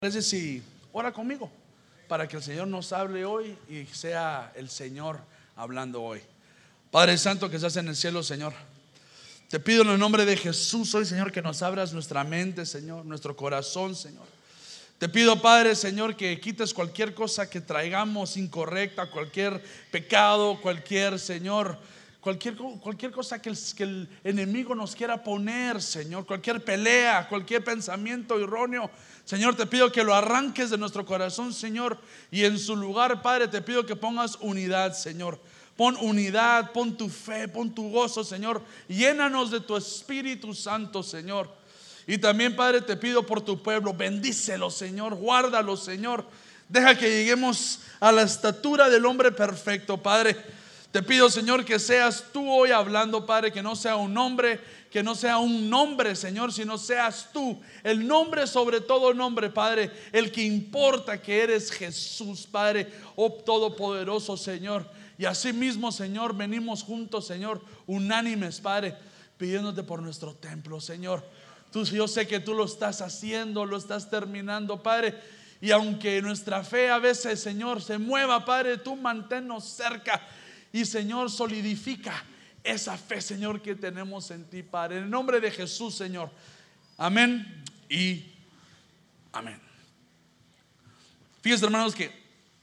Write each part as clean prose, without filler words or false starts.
Parece si ora conmigo para que el Señor nos hable hoy y sea el Señor hablando hoy. Padre Santo que estás en el cielo, Señor, te pido en el nombre de Jesús hoy, Señor, que nos abras nuestra mente, Señor, nuestro corazón, Señor. Te pido, Padre, Señor, que quites cualquier cosa que traigamos incorrecta, cualquier pecado, Señor, cualquier cosa que el enemigo nos quiera poner, Señor, cualquier pelea, cualquier pensamiento erróneo. Señor, te pido que lo arranques de nuestro corazón, Señor, y en su lugar, Padre, te pido que pongas unidad, Señor. Pon unidad, pon tu fe, pon tu gozo, Señor. Llénanos de tu Espíritu Santo, Señor. Y también, Padre, te pido por tu pueblo, bendícelo, Señor, guárdalo, Señor. Deja que lleguemos a la estatura del hombre perfecto, Padre. Te pido, Señor, que seas tú hoy hablando, Padre, que no sea un hombre, que no sea un nombre, Señor, sino seas tú, el nombre sobre todo nombre, Padre, el que importa, que eres Jesús, Padre, oh todopoderoso, Señor. Y así mismo, Señor, venimos juntos, Señor, unánimes, Padre, pidiéndote por nuestro templo, Señor. Yo sé que tú lo estás haciendo, lo estás terminando, Padre. Y aunque nuestra fe a veces, Señor, se mueva, Padre, tú manténnos cerca. Y, Señor, solidifica esa fe, Señor, que tenemos en ti, Padre. En el nombre de Jesús, Señor. Amén y amén. Fíjense, hermanos, que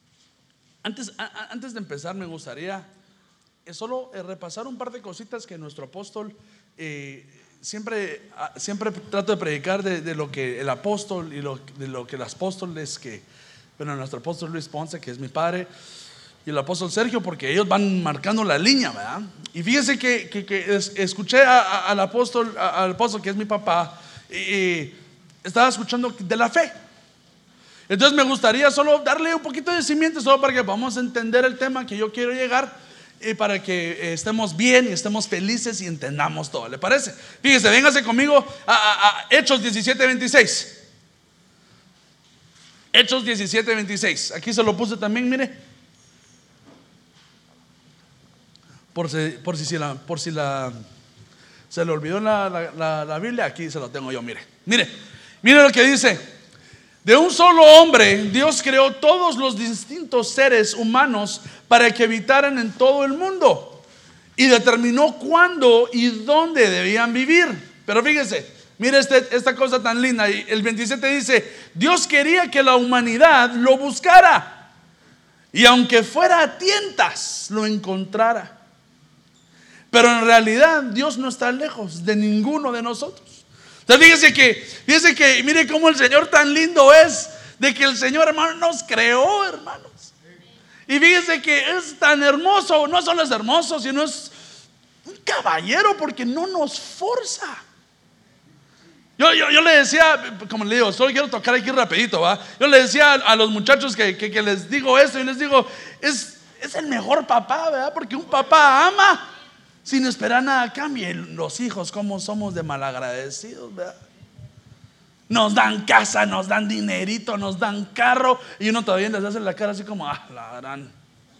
antes de empezar me gustaría solo repasar un par de cositas que nuestro apóstol siempre trato de predicar de lo que el apóstol y de lo que el apóstol es que, bueno, nuestro apóstol Luis Ponce, que es mi padre, y el apóstol Sergio, porque ellos van marcando la línea, ¿verdad? Y fíjense que escuché al apóstol que es mi papá, y estaba escuchando de la fe. Entonces me gustaría solo darle un poquito de cimiento, solo para que podamos entender el tema que yo quiero llegar, y para que estemos bien y estemos felices y entendamos todo. ¿Le parece? Fíjese, véngase conmigo a Hechos 17:26. Hechos 17:26. Aquí se lo puse también, mire. Por si se le olvidó la Biblia, aquí se lo tengo yo. Mire lo que dice. De un solo hombre Dios creó todos los distintos seres humanos para que habitaran en todo el mundo, y determinó cuándo y dónde debían vivir. Pero fíjese, mire esta cosa tan linda. El 27 dice: Dios quería que la humanidad lo buscara, y aunque fuera a tientas lo encontrara. Pero en realidad Dios no está lejos de ninguno de nosotros. Entonces fíjese que mire cómo el Señor tan lindo es, de que el Señor, hermano, nos creó, hermanos. Y fíjese que es tan hermoso, no solo es hermoso, sino es un caballero, porque no nos forza. Yo le decía, como le digo, solo quiero tocar aquí rapidito, ¿va? Yo le decía a los muchachos que les digo esto, y les digo, es el mejor papá, ¿verdad? Porque un papá ama sin esperar nada a cambio. Los hijos, como somos de malagradecidos, ¿verdad? Nos dan casa, nos dan dinerito, nos dan carro, y uno todavía les hace la cara así como, la gran.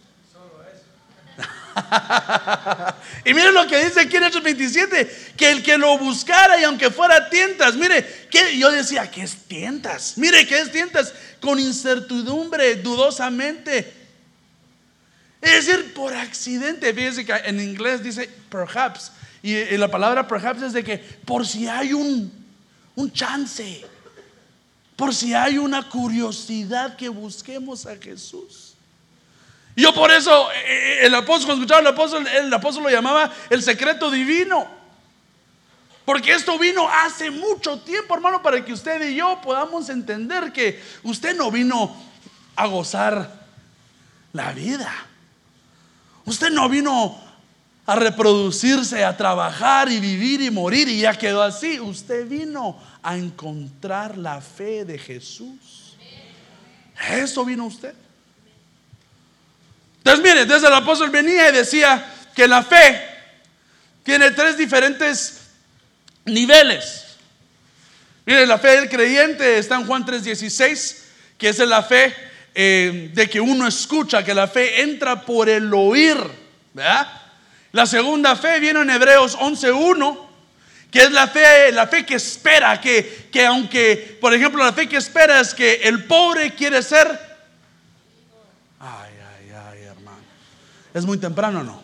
Y miren lo que dice aquí en Hechos 27, que el que lo buscara, y aunque fuera a tientas. Mire, yo decía, ¿qué es tientas? Mire, ¿qué es tientas? Con incertidumbre, dudosamente. Es decir, por accidente. Fíjense que en inglés dice perhaps, y la palabra perhaps es de que por si hay un chance, por si hay una curiosidad, que busquemos a Jesús. Y yo por eso el apóstol, cuando escuchaba el apóstol lo llamaba el secreto divino, porque esto vino hace mucho tiempo, hermano, para que usted y yo podamos entender que usted no vino a gozar la vida. Usted no vino a reproducirse, a trabajar y vivir y morir y ya quedó así. Usted vino a encontrar la fe de Jesús. Eso vino usted. Entonces mire, desde el apóstol venía y decía que la fe tiene 3 diferentes niveles. Mire, la fe del creyente está en Juan 3:16, que es la fe de que uno escucha, que la fe entra por el oír, ¿verdad? La segunda fe viene en Hebreos 11:1, ¿Qué es la fe? La fe que espera, que aunque, por ejemplo, la fe que espera es que el pobre quiere ser. Ay, hermano. ¿Es muy temprano o no?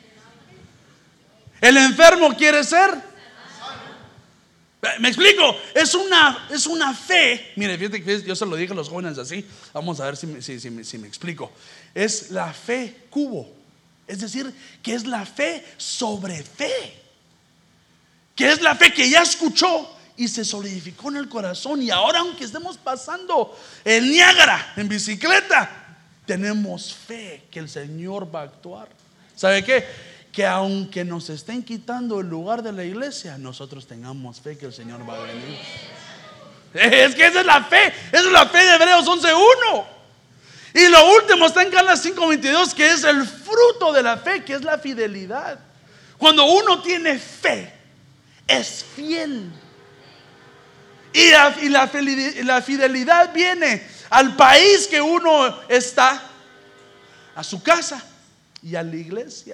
El enfermo quiere ser. ¿Me explico? Es una fe. Mire, fíjate que yo se lo dije a los jóvenes así. Vamos a ver si me explico. Es la fe cubo. Es decir, que es la fe sobre fe. Que es la fe que ya escuchó y se solidificó en el corazón. Y ahora, aunque estemos pasando el Niágara en bicicleta, tenemos fe que el Señor va a actuar. ¿Sabe qué? Que aunque nos estén quitando el lugar de la iglesia, nosotros tengamos fe que el Señor va a venir. Es que esa es la fe. Esa es la fe de Hebreos 11:1. Y lo último está en Gálatas 5:22, que es el fruto de la fe, que es la fidelidad. Cuando uno tiene fe, es fiel. Y la fidelidad viene al país que uno está, a su casa y a la iglesia.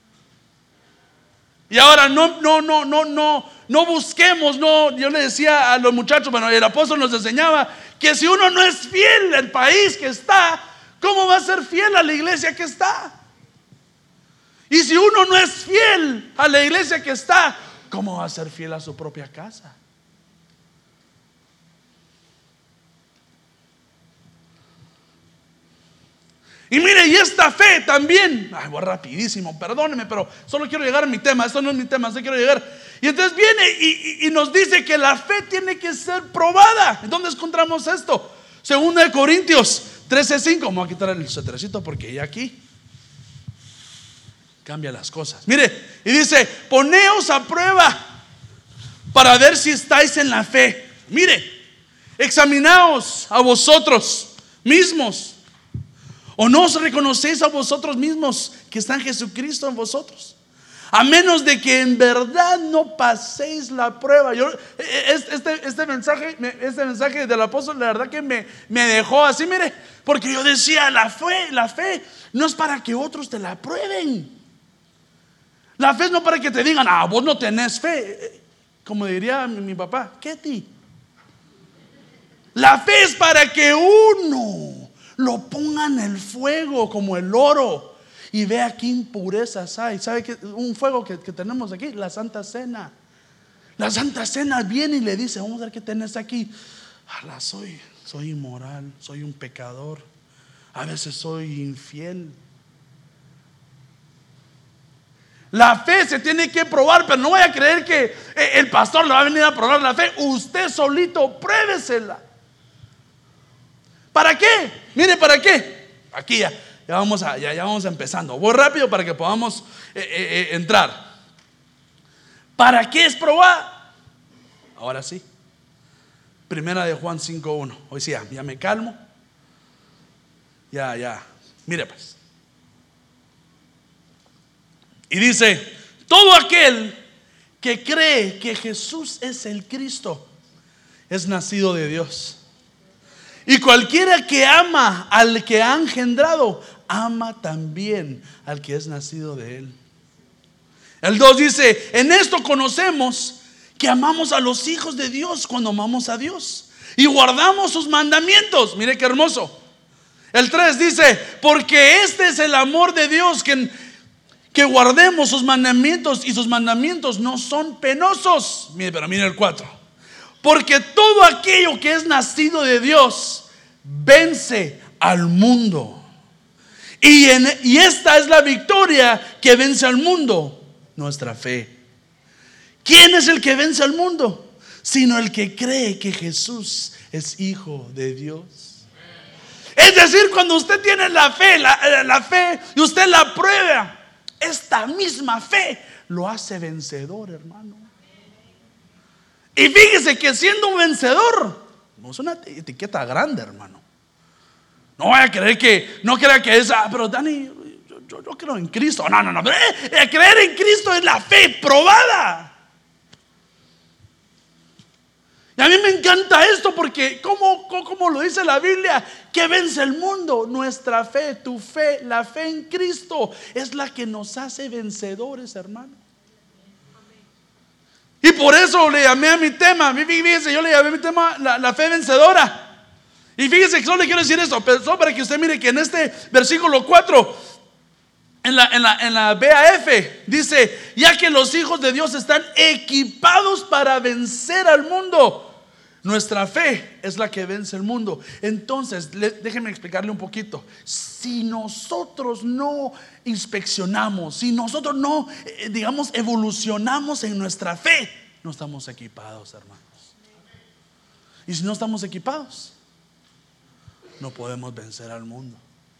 Y ahora no busquemos, yo le decía a los muchachos, bueno, el apóstol nos enseñaba que si uno no es fiel al país que está, ¿cómo va a ser fiel a la iglesia que está? Y si uno no es fiel a la iglesia que está, ¿cómo va a ser fiel a su propia casa? Y mire, y esta fe también, voy rapidísimo, perdóneme, pero solo quiero llegar a mi tema. Esto no es mi tema, solo quiero llegar. Y entonces viene y nos dice que la fe tiene que ser probada. ¿Dónde encontramos esto? 2 Corintios 13:5. Vamos a quitar el cetrecito porque ya aquí cambia las cosas. Mire, y dice: poneos a prueba para ver si estáis en la fe. Mire, examinaos a vosotros mismos. ¿O no os reconocéis a vosotros mismos que está Jesucristo en vosotros? A menos de que en verdad no paséis la prueba. Este mensaje del apóstol, la verdad que me dejó así, mire. Porque yo decía, la fe no es para que otros te la prueben. La fe es no para que te digan, vos no tenés fe. Como diría mi papá, ¿qué ti? La fe es para que uno lo ponga en el fuego como el oro y vea qué impurezas hay. ¿Sabe qué? Un fuego que tenemos aquí, la Santa Cena. La Santa Cena viene y le dice: vamos a ver qué tenés aquí. Soy inmoral, soy un pecador, a veces soy infiel. La fe se tiene que probar, pero no vaya a creer que el pastor le va a venir a probar la fe. Usted solito pruébesela. ¿Para qué? Mire, ¿para qué? Aquí ya vamos empezando. Voy rápido para que podamos entrar. ¿Para qué es probar? Ahora sí. Primera de Juan 5:1. Hoy sí, ya me calmo. Ya. Mire pues. Y dice: todo aquel que cree que Jesús es el Cristo es nacido de Dios. Y cualquiera que ama al que ha engendrado, ama también al que es nacido de él. El 2 dice: en esto conocemos que amamos a los hijos de Dios cuando amamos a Dios y guardamos sus mandamientos. Mire qué hermoso. El 3 dice: porque este es el amor de Dios, que guardemos sus mandamientos, y sus mandamientos no son penosos. Pero mire el 4. Porque todo aquello que es nacido de Dios vence al mundo. Y esta es la victoria que vence al mundo: nuestra fe. ¿Quién es el que vence al mundo? Sino el que cree que Jesús es Hijo de Dios. Es decir, cuando usted tiene la fe y usted la prueba, esta misma fe lo hace vencedor, hermano. Y fíjese que siendo un vencedor no es una etiqueta grande, hermano. No vaya a creer no crea que es, pero Dani, yo creo en Cristo. No. Creer en Cristo es la fe probada. Y a mí me encanta esto porque como lo dice la Biblia, que vence el mundo. Nuestra fe, tu fe, la fe en Cristo es la que nos hace vencedores, hermano. Y por eso le llamé a mi tema, fíjese, yo le llamé a mi tema la fe vencedora. Y fíjese que solo le quiero decir esto, pero solo para que usted mire que en este versículo 4, en la BAF, dice: ya que los hijos de Dios están equipados para vencer al mundo. Nuestra fe es la que vence el mundo. Entonces, déjenme explicarle un poquito. Si nosotros no inspeccionamos, si nosotros no, digamos, evolucionamos en nuestra fe, no estamos equipados, hermanos. Y si no estamos equipados, no podemos vencer al mundo.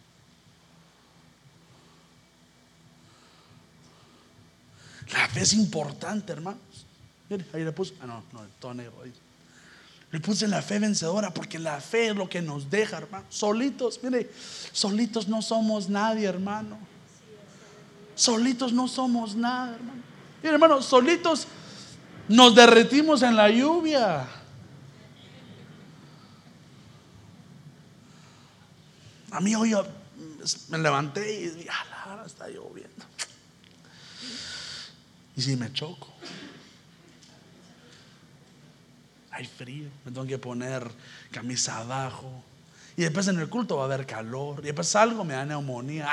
La fe es importante, hermanos. Mire, ahí le puse, no, todo negro ahí. Le puse la fe vencedora, porque la fe es lo que nos deja, hermano. Solitos, mire, solitos no somos nadie, hermano. Solitos no somos nada, hermano. Mire, hermano, solitos nos derretimos en la lluvia. A mí hoy yo me levanté y dije: ahora está lloviendo. Y si me choco, hay frío, me tengo que poner camisa abajo. Y después en el culto va a haber calor. Y después salgo, me da neumonía.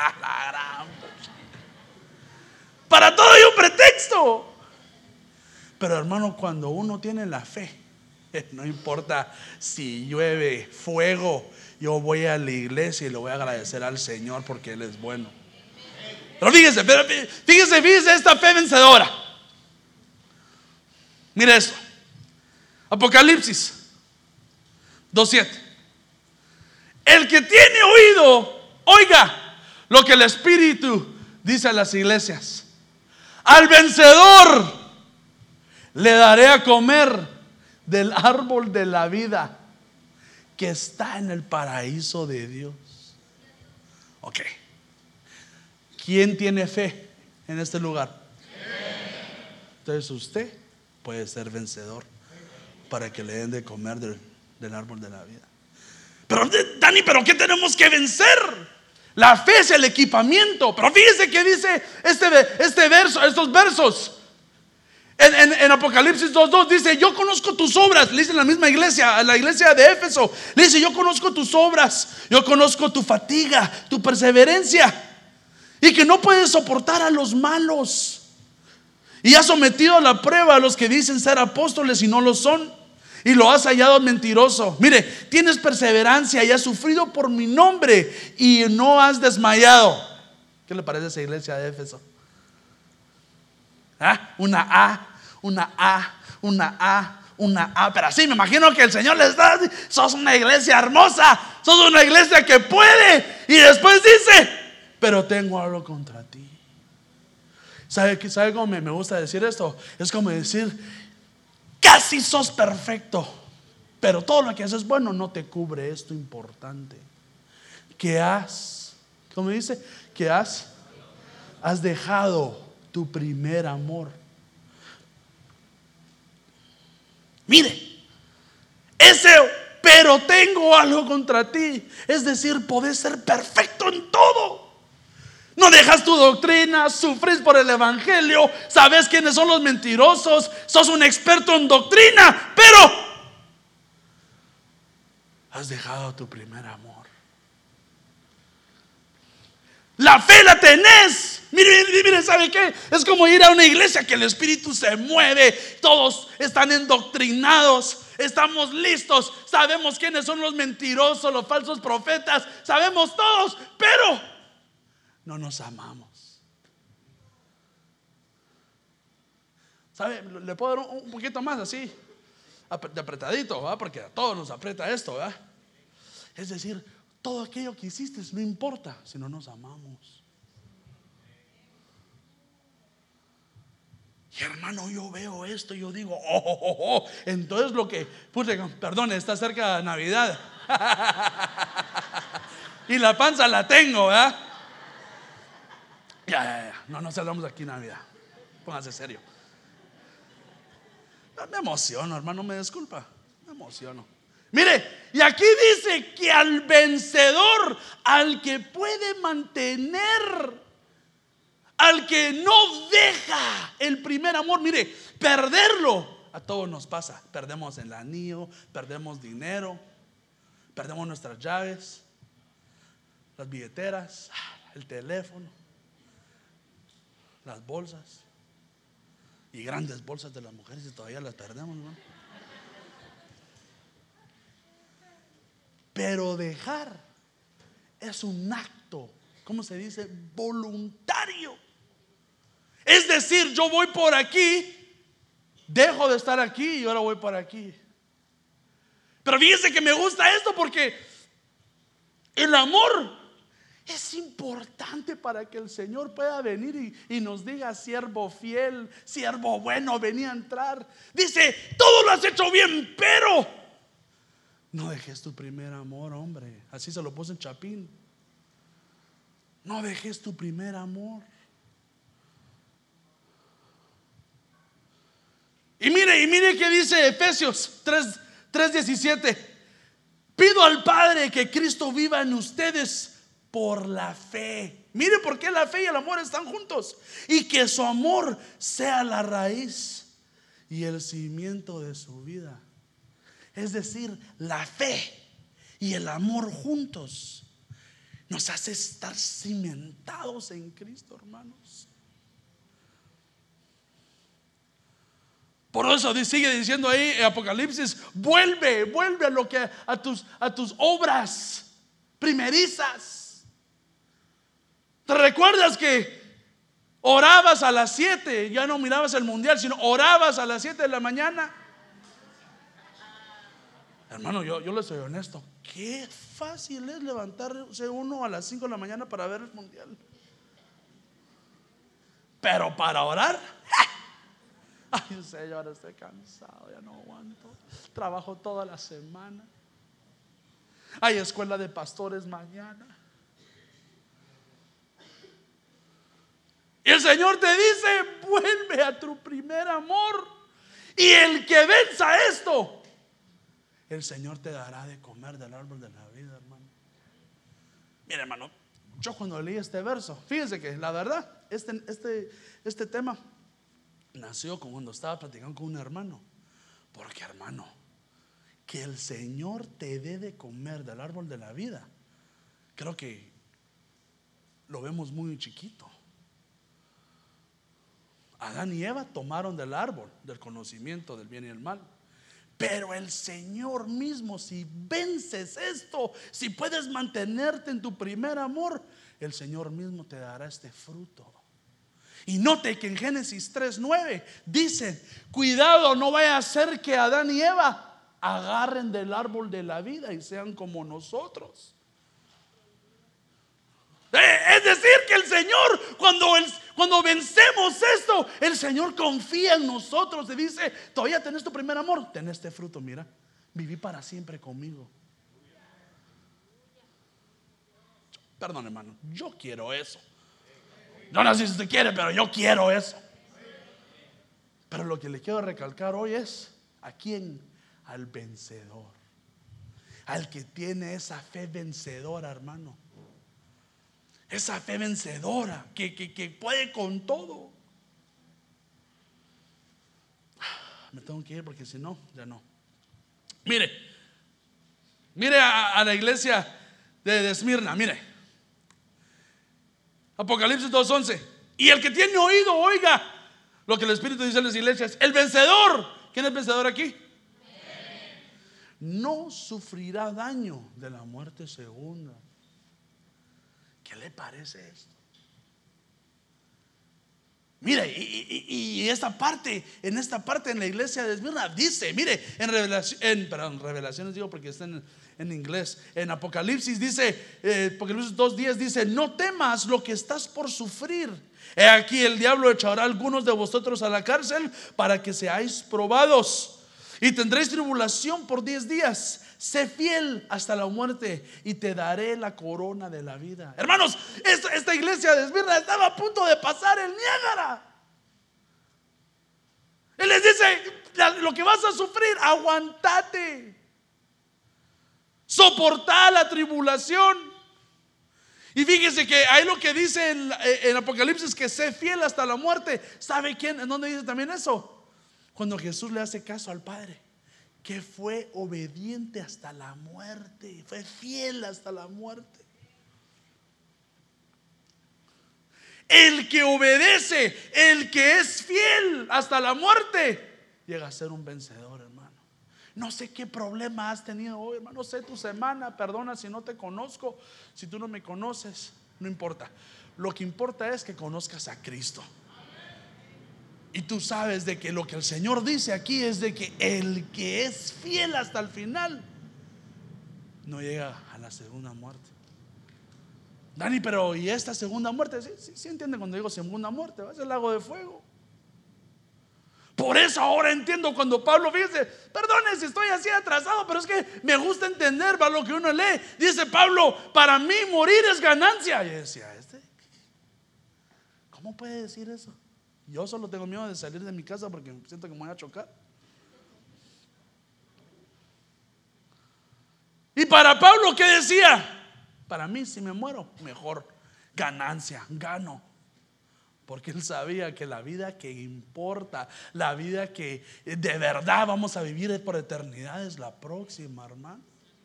Para todo hay un pretexto. Pero hermano, cuando uno tiene la fe, no importa si llueve fuego, yo voy a la iglesia y le voy a agradecer al Señor porque Él es bueno. Pero fíjese esta fe vencedora. Mire esto. Apocalipsis 2:7. El que tiene oído, oiga lo que el Espíritu dice a las iglesias. Al vencedor le daré a comer del árbol de la vida que está en el paraíso de Dios. Ok. ¿Quién tiene fe en este lugar? Entonces usted puede ser vencedor para que le den de comer del árbol de la vida. Pero Dani, ¿pero qué tenemos que vencer? La fe es el equipamiento. Pero fíjese que dice este verso, estos versos. En Apocalipsis 2:2 dice: yo conozco tus obras. Le dice en la misma iglesia, a la iglesia de Éfeso, le dice: yo conozco tus obras, yo conozco tu fatiga, tu perseverancia, y que no puedes soportar a los malos, y has sometido a la prueba a los que dicen ser apóstoles y no lo son, y lo has hallado mentiroso. Mire, tienes perseverancia y has sufrido por mi nombre y no has desmayado. ¿Qué le parece a esa iglesia de Éfeso? Una A. Pero así me imagino que el Señor les da: sos una iglesia hermosa, sos una iglesia que puede. Y después dice: pero tengo algo contra ti. ¿Sabe cómo me gusta decir esto? Es como decir: casi sos perfecto, pero todo lo que haces bueno no te cubre esto importante. ¿Cómo dice? Que has dejado tu primer amor. Mire, pero tengo algo contra ti. Es decir, podés ser perfecto en todo. No dejas tu doctrina, sufres por el evangelio, sabes quiénes son los mentirosos, sos un experto en doctrina, pero has dejado tu primer amor. La fe la tenés. Mire, ¿sabe qué? Es como ir a una iglesia que el Espíritu se mueve, todos están endoctrinados, estamos listos, sabemos quiénes son los mentirosos, los falsos profetas, sabemos todos, pero no nos amamos. ¿Sabe? Le puedo dar un poquito más así, de apretadito, ¿verdad? Porque a todos nos aprieta esto, ¿verdad? Es decir, todo aquello que hiciste no importa si no nos amamos. Y hermano, yo veo esto y yo digo: entonces lo que perdón, está cerca de Navidad y la panza la tengo, ¿verdad? Ya. No celebramos aquí Navidad. Póngase serio. Me emociono, hermano, me disculpa. Me emociono. Mire, y aquí dice que al vencedor, al que puede mantener al que no deja el primer amor, mire, perderlo a todos nos pasa. Perdemos el anillo, perdemos dinero, perdemos nuestras llaves, las billeteras, el teléfono, las bolsas, y grandes bolsas de las mujeres, y todavía las perdemos, ¿no? Pero dejar es un acto, ¿cómo se dice? Voluntario. Es decir, yo voy por aquí, dejo de estar aquí y ahora voy por aquí. Pero fíjense que me gusta esto porque el amor es importante para que el Señor pueda venir y nos diga: siervo fiel, siervo bueno, vení a entrar. Dice: todo lo has hecho bien, pero no dejes tu primer amor, hombre. Así se lo puso en Chapín. No dejes tu primer amor. Y mire que dice Efesios 3:17: pido al Padre que Cristo viva en ustedes por la fe. Mire por qué la fe y el amor están juntos. Y que su amor sea la raíz y el cimiento de su vida. Es decir, la fe y el amor juntos nos hace estar cimentados en Cristo, hermanos. Por eso sigue diciendo ahí en Apocalipsis: vuelve a lo que a tus obras primerizas. ¿Te recuerdas que orabas a las 7? Ya no mirabas el mundial, sino orabas a las 7 de la mañana. Hermano, yo le soy honesto. Qué fácil es levantarse uno a las 5 de la mañana para ver el mundial. Pero para orar, ay Señor, estoy cansado, ya no aguanto. Trabajo toda la semana. Hay escuela de pastores mañana. Y el Señor te dice: vuelve a tu primer amor. Y el que venza esto, el Señor te dará de comer del árbol de la vida, hermano. Mira, hermano, yo cuando leí este verso, fíjense que la verdad, este tema nació cuando estaba platicando con un hermano. Porque, hermano, que el Señor te dé de comer del árbol de la vida, creo que lo vemos muy chiquito. Adán y Eva tomaron del árbol del conocimiento del bien y el mal. Pero el Señor mismo, si vences esto, si puedes mantenerte en tu primer amor, el Señor mismo te dará este fruto. Y note que en Génesis 3:9 dice: cuidado, no vaya a ser que Adán y Eva agarren del árbol de la vida y sean como nosotros. Es decir, que el Señor, cuando vencemos esto, el Señor confía en nosotros y dice: todavía tenés tu primer amor, tenés este fruto, mira, viví para siempre conmigo. Perdón, hermano, yo quiero eso. Yo no sé si usted quiere, pero yo quiero eso. Pero lo que le quiero recalcar hoy es: ¿a quién? Al vencedor, al que tiene esa fe vencedora, hermano. Esa fe vencedora que puede con todo. Me tengo que ir porque si no, ya no. Mire a la iglesia de Esmirna. Mire, Apocalipsis 2:11: y el que tiene oído, oiga lo que el Espíritu dice a las iglesias. El vencedor, ¿quién es vencedor aquí? No sufrirá daño de la muerte segunda. ¿Qué le parece esto? Mira, y en esta parte en la iglesia de Esmirna dice, mire, Revelaciones digo porque está en inglés. En Apocalipsis dice, Apocalipsis 2:10 dice: no temas lo que estás por sufrir. He aquí, el diablo echará a algunos de vosotros a la cárcel para que seáis probados, y tendréis tribulación por 10 días. Sé fiel hasta la muerte y te daré la corona de la vida. Hermanos, esta iglesia de Esmirna estaba a punto de pasar el Niágara. Él les dice: lo que vas a sufrir, aguantate, soportá la tribulación. Y fíjese que ahí lo que dice en Apocalipsis, que sé fiel hasta la muerte. ¿Sabe quién? ¿En dónde dice también eso? Cuando Jesús le hace caso al Padre, que fue obediente hasta la muerte, fue fiel hasta la muerte. El que obedece, el que es fiel hasta la muerte, llega a ser un vencedor, hermano. No sé qué problema has tenido hoy, hermano. No sé tu semana. Perdona si no te conozco. Si tú no me conoces, no importa. Lo que importa es que conozcas a Cristo. Y tú sabes de que lo que el Señor dice aquí es de que el que es fiel hasta el final no llega a la segunda muerte. Dani, pero ¿y esta segunda muerte? Sí entiende cuando digo segunda muerte, ¿va? Es el lago de fuego. Por eso ahora entiendo cuando Pablo dice, perdone si estoy así atrasado, pero es que me gusta entender, ¿va? Lo que uno lee. Dice Pablo, para mí morir es ganancia. Y yo decía, ¿cómo puede decir eso? Yo solo tengo miedo de salir de mi casa porque siento que me voy a chocar. Y para Pablo, ¿qué decía? Para mí, si me muero, mejor, ganancia, gano. Porque él sabía que la vida que importa, la vida que de verdad vamos a vivir por eternidad, es la próxima, hermano.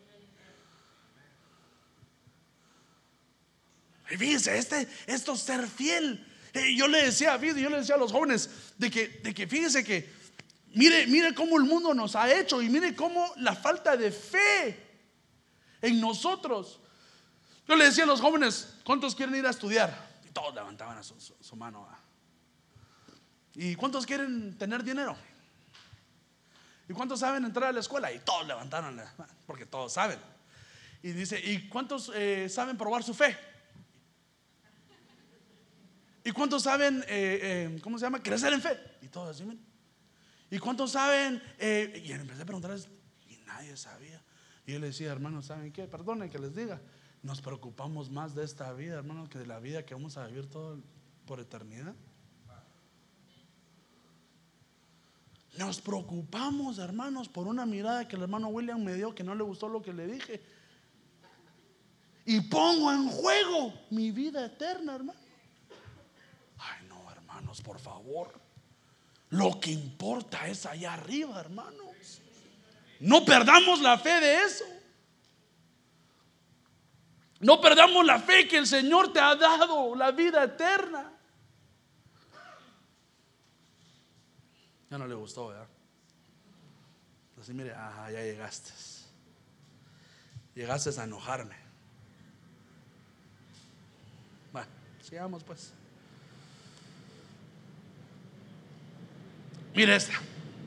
Y fíjense, esto es ser fiel. Yo le decía a los jóvenes de que fíjense que mire cómo el mundo nos ha hecho, y mire cómo la falta de fe en nosotros. Yo le decía a los jóvenes, ¿cuántos quieren ir a estudiar? Y todos levantaban su mano. ¿Y cuántos quieren tener dinero? ¿Y cuántos saben entrar a la escuela? Y todos levantaron, porque todos saben. Y dice, ¿y cuántos saben probar su fe? ¿Y cuántos saben, cómo se llama? Crecer en fe. Y todos así, miren. ¿Y cuántos saben? Y empecé a preguntarles, y nadie sabía. Y yo les decía, hermanos, ¿saben qué? Perdonen que les diga, nos preocupamos más de esta vida, hermanos, que de la vida que vamos a vivir todo por eternidad. Nos preocupamos, hermanos, por una mirada que el hermano William me dio, que no le gustó lo que le dije, y pongo en juego mi vida eterna, hermano. Ay, no, hermanos, por favor. Lo que importa es allá arriba, hermanos. No perdamos la fe de eso. No perdamos la fe que el Señor te ha dado, la vida eterna. Ya no le gustó, ¿verdad? Así, mire, ya llegaste. Llegaste a enojarme. Bueno, sigamos pues. Mire esta.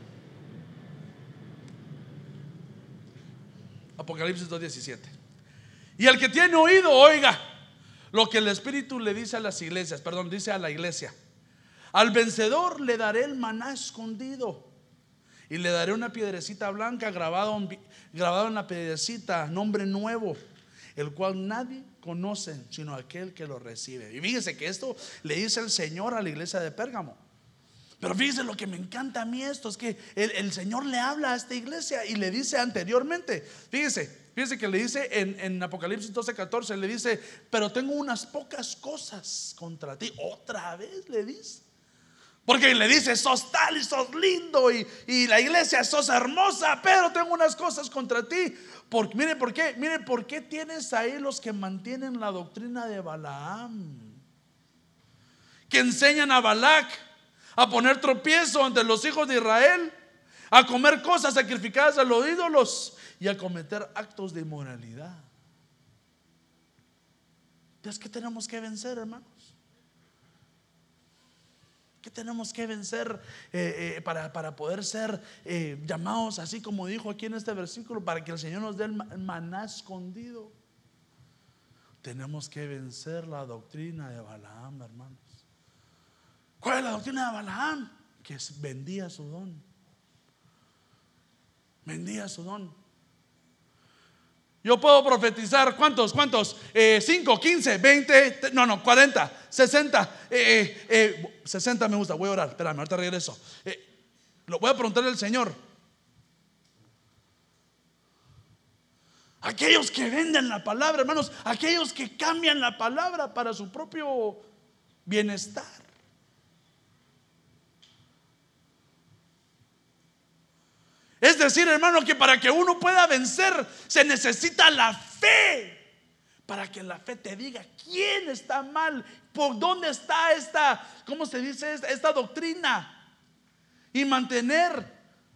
Apocalipsis 2:17. Y el que tiene oído, oiga lo que el Espíritu le dice a las iglesias. Perdón, dice a la iglesia. Al vencedor le daré el maná escondido, y le daré una piedrecita blanca grabado en la piedrecita, nombre nuevo, el cual nadie conoce sino aquel que lo recibe. Y fíjese que esto le dice el Señor a la iglesia de Pérgamo. Pero fíjese lo que me encanta a mí esto, es que el Señor le habla a esta iglesia y le dice anteriormente. Fíjese que le dice en Apocalipsis 12:14, le dice, pero tengo unas pocas cosas contra ti. Otra vez le dice, porque le dice, sos tal y sos lindo, y la iglesia, sos hermosa, pero tengo unas cosas contra ti. Mire por qué tienes ahí los que mantienen la doctrina de Balaam, que enseñan a Balac a poner tropiezo ante los hijos de Israel, a comer cosas sacrificadas a los ídolos y a cometer actos de inmoralidad. Entonces, ¿qué tenemos que vencer, hermanos? ¿Qué tenemos que vencer para poder ser llamados así como dijo aquí en este versículo, para que el Señor nos dé el maná escondido? Tenemos que vencer la doctrina de Balaam, hermanos. ¿Cuál es la doctrina de Balaam? Que vendía su don. Vendía su don. Yo puedo profetizar, ¿cuántos? 5, 15, 20, 40, 60. 60 me gusta, voy a orar, espérame, ahorita regreso. Lo voy a preguntarle al Señor. Aquellos que venden la palabra, hermanos, aquellos que cambian la palabra para su propio bienestar. Es decir, hermano, que para que uno pueda vencer se necesita la fe. Para que la fe te diga quién está mal, por dónde está esta, ¿cómo se dice? Esta doctrina. Y mantenerte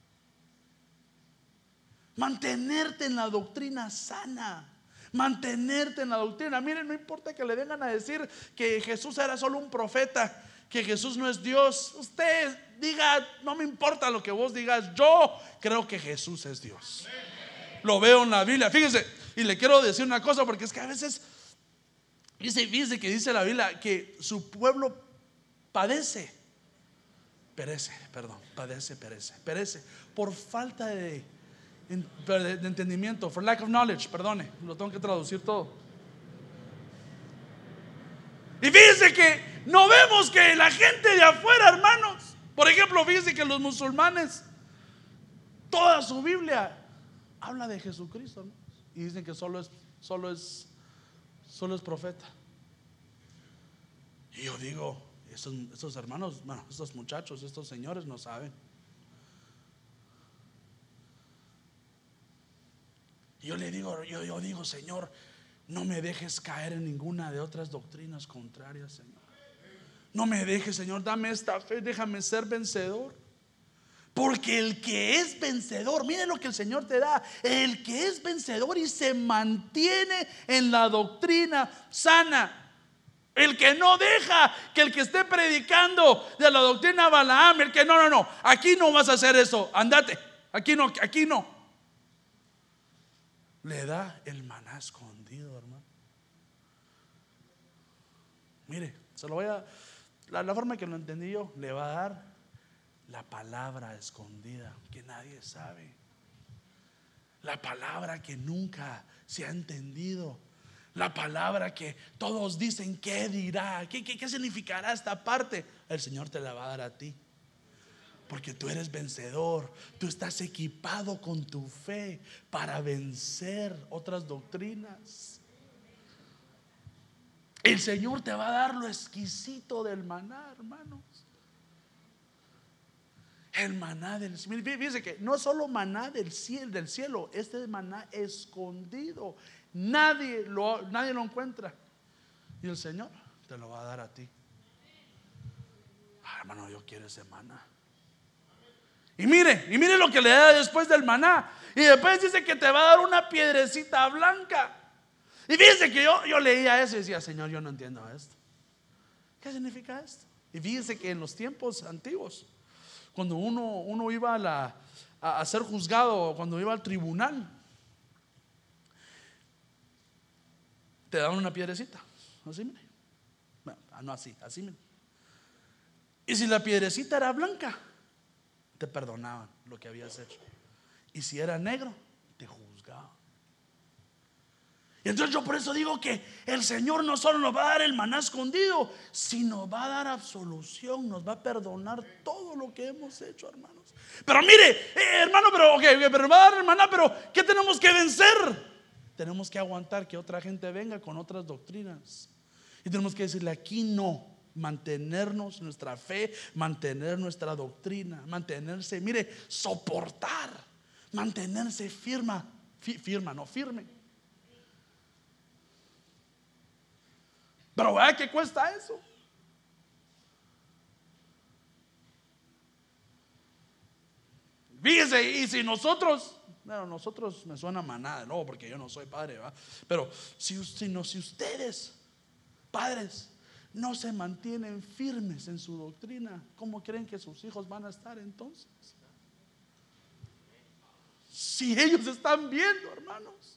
en la doctrina sana. Mantenerte en la doctrina. Miren, no importa que le vengan a decir que Jesús era solo un profeta, que Jesús no es Dios. Usted diga, no me importa lo que vos digas, yo creo que Jesús es Dios. Lo veo en la Biblia. Fíjese, y le quiero decir una cosa, porque es que a veces dice que dice la Biblia que su pueblo perece por falta de entendimiento, for lack of knowledge, perdone, lo tengo que traducir todo. Y fíjense que no vemos que la gente de afuera, hermanos, por ejemplo, fíjense que los musulmanes, toda su Biblia habla de Jesucristo, ¿no? Y dicen que solo es profeta. Y yo digo, estos hermanos, bueno, estos muchachos, estos señores no saben. Y yo le digo, yo digo, Señor, no me dejes caer en ninguna de otras doctrinas contrarias, Señor. No me dejes, Señor, dame esta fe, déjame ser vencedor. Porque el que es vencedor, miren lo que el Señor te da. El que es vencedor y se mantiene en la doctrina sana. El que no deja que el que esté predicando de la doctrina Balaam, el que no, aquí no vas a hacer eso, andate, aquí no. Le da el maná escondido, hermano. Mire, se lo voy a, la forma que lo entendí yo, le va a dar la palabra escondida que nadie sabe, la palabra que nunca se ha entendido, la palabra que todos dicen qué dirá, qué significará esta parte. El Señor te la va a dar a ti, porque tú eres vencedor. Tú estás equipado con tu fe para vencer otras doctrinas. El Señor te va a dar lo exquisito del maná, hermanos. El maná del cielo. Fíjense que no es solo maná del cielo, este es maná escondido. Nadie lo encuentra. Y el Señor te lo va a dar a ti. Hermano, yo quiero ese maná. Y mire lo que le da después del maná. Y después dice que te va a dar una piedrecita blanca. Y fíjense que yo leía eso y decía, Señor, yo no entiendo esto. ¿Qué significa esto? Y fíjense que en los tiempos antiguos, cuando uno iba a ser juzgado, cuando iba al tribunal, te daban una piedrecita, así mire. Bueno, no así mire. Y si la piedrecita era blanca, te perdonaban lo que habías hecho. Y si era negro, te juzgaban. Y entonces yo por eso digo que el Señor no solo nos va a dar el maná escondido, sino va a dar absolución, nos va a perdonar todo lo que hemos hecho, hermanos. Pero mire, hermano, pero va a dar el maná, pero ¿qué tenemos que vencer? Tenemos que aguantar que otra gente venga con otras doctrinas. Y tenemos que decirle, aquí no. Mantenernos nuestra fe, mantener nuestra doctrina, mantenerse, mire, soportar, mantenerse firme. Pero ¿verdad que cuesta eso? Fíjese, y si nosotros me suena manada, no, porque yo no soy padre, ¿verdad? Pero si ustedes, padres, no se mantienen firmes en su doctrina, ¿cómo creen que sus hijos van a estar entonces? Si ellos están viendo, hermanos.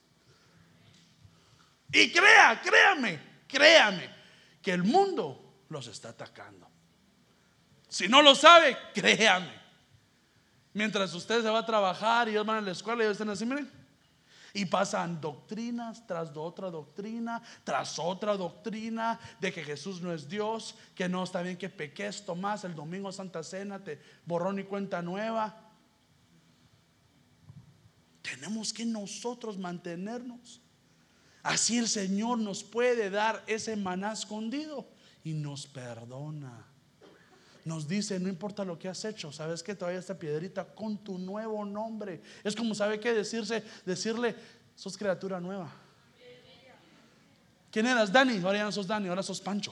Y créame, que el mundo los está atacando. Si no lo sabe, créame. Mientras usted se va a trabajar y ellos van a la escuela y ellos están así, miren, y pasan doctrinas tras otra doctrina, de que Jesús no es Dios, que no está bien que peques, tomás el domingo Santa Cena, te borrón y cuenta nueva. tenemos que nosotros mantenernos. Así el Señor nos puede dar ese maná escondido y nos perdona. Nos dice, no importa lo que has hecho, sabes que todavía esta piedrita con tu nuevo nombre. Es como, ¿sabe qué? Decirle, sos criatura nueva. ¿Quién eras? Dani. Ahora ya no sos Dani, ahora sos Pancho.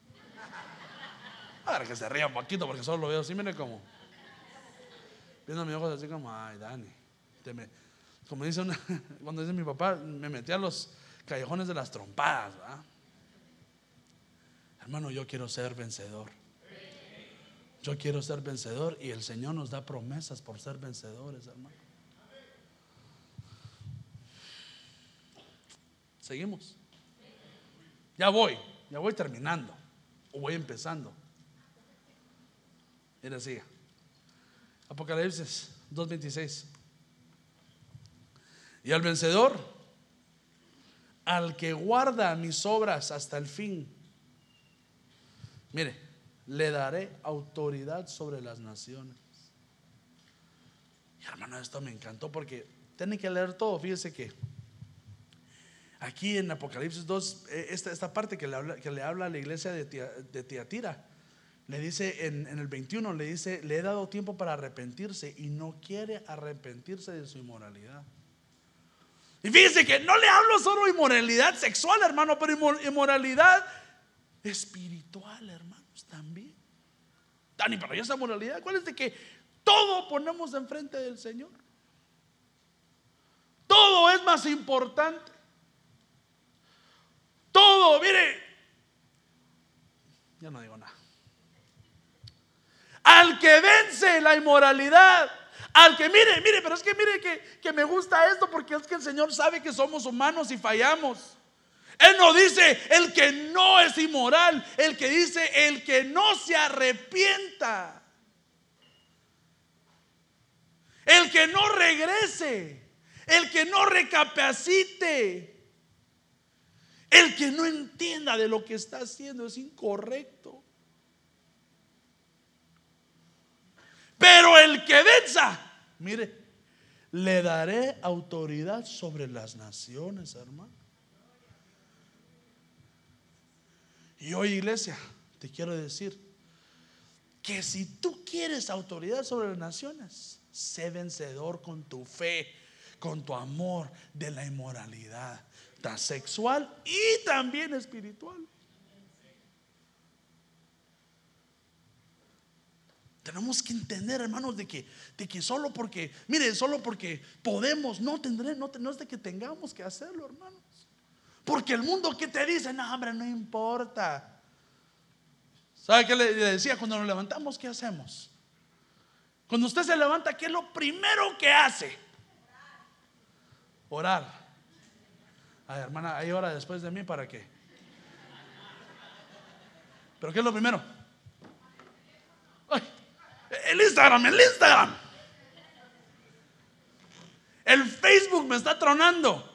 Ahora que se ría un poquito porque solo lo veo así, mire como viendo a mis ojos así como, ay Dani, como dice cuando dice mi papá, me metí a los callejones de las trompadas, ¿verdad? Hermano, yo quiero ser vencedor. Yo quiero ser vencedor y el Señor nos da promesas por ser vencedores, hermano. Seguimos. Ya voy terminando o voy empezando. Mira, siga. Apocalipsis 2:26. Y al vencedor, al que guarda mis obras hasta el fin, mire, le daré autoridad sobre las naciones. Y hermano, esto me encantó porque tiene que leer todo. Fíjese que aquí en Apocalipsis 2, esta parte que le habla a la iglesia de Tiatira, le dice en el 21, le dice, le he dado tiempo para arrepentirse y no quiere arrepentirse de su inmoralidad. Y fíjese que no le hablo solo de inmoralidad sexual, hermano, pero inmoralidad espiritual, hermanos, también. Dani, pero ¿y esa moralidad cuál es? De que todo ponemos enfrente del Señor. Todo es más importante. Todo, mire, ya no digo nada. Al que vence la inmoralidad, al que mire, pero es que mire que me gusta esto porque es que el Señor sabe que somos humanos y fallamos. Él no dice el que no es inmoral, el que dice el que no se arrepienta, el que no regrese, el que no recapacite, el que no entienda de lo que está haciendo es incorrecto. Pero el que venza, mire, le daré autoridad sobre las naciones, hermano. Y hoy, iglesia, te quiero decir que si tú quieres autoridad sobre las naciones, sé vencedor con tu fe, con tu amor de la inmoralidad, tan sexual y también espiritual. Tenemos que entender, hermanos, de que solo porque, mire, solo porque podemos, no es de que tengamos que hacerlo, hermanos. Porque el mundo que te dice, no, hombre, no importa. ¿Sabe qué le decía? Cuando nos levantamos, ¿qué hacemos? Cuando usted se levanta, ¿qué es lo primero que hace? Orar. Ay, hermana, hay hora después de mí, ¿para qué? ¿Pero qué es lo primero? Ay, el Instagram. El Facebook me está tronando.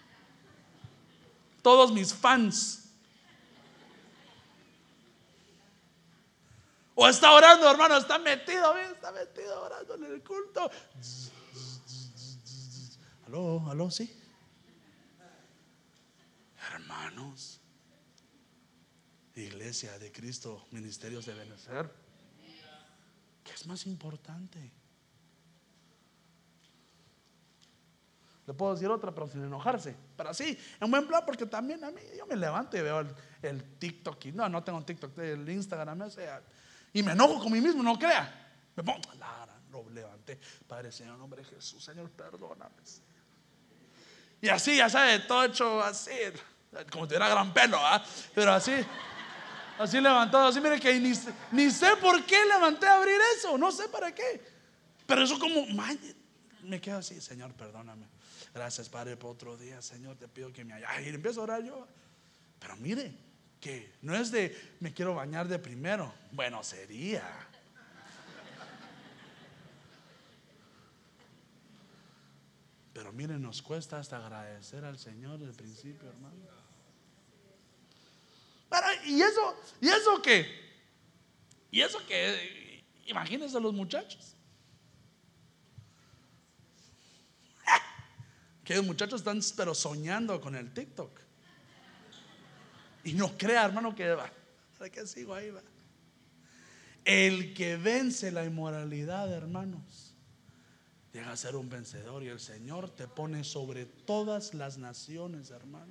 Todos mis fans. O está orando, hermano, está metido orando en el culto. Aló, sí. Hermanos, Iglesia de Cristo, ministerios de Benecer, ¿qué es más importante? Le puedo decir otra, pero sin enojarse. Pero sí, en buen plan, porque también a mí, yo me levanto y veo el TikTok. Y no tengo TikTok, el Instagram, y me enojo con mí mismo, no crea. Me pongo, lo levanté. Padre, Señor, en nombre de Jesús, Señor, perdóname. Y así, ya sabe, todo hecho así, como si tuviera gran pelo, ¿eh? Pero así levantado, así, mire que ni sé por qué levanté a abrir eso, no sé para qué. Pero eso como, me quedo así, Señor, perdóname. Gracias, Padre, por otro día, Señor, te pido que me ayudes. Y empiezo a orar yo. Pero mire, que no es de me quiero bañar de primero. Bueno, sería. Pero mire, nos cuesta hasta agradecer al Señor del principio, hermano. Pero, ¿y eso qué? ¿Y eso qué? Imagínense los muchachos. los muchachos están pero soñando con el TikTok. Y no crea, hermano, que va. ¿Para qué sigo ahí? Va. El que vence la inmoralidad, hermanos, llega a ser un vencedor. Y el Señor te pone sobre todas las naciones, hermano.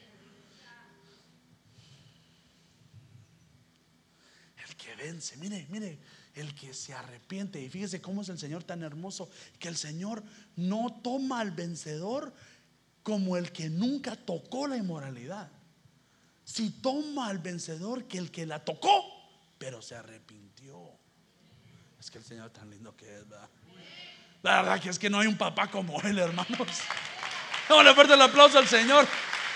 El que vence, mire, el que se arrepiente. Y fíjese cómo es el Señor tan hermoso, que el Señor no toma al vencedor como el que nunca tocó la inmoralidad. Si toma al vencedor que el que la tocó, pero se arrepintió. Es que el Señor tan lindo que es, ¿verdad? La verdad que es que no hay un papá como Él, hermanos. Démosle fuerte el aplauso al Señor.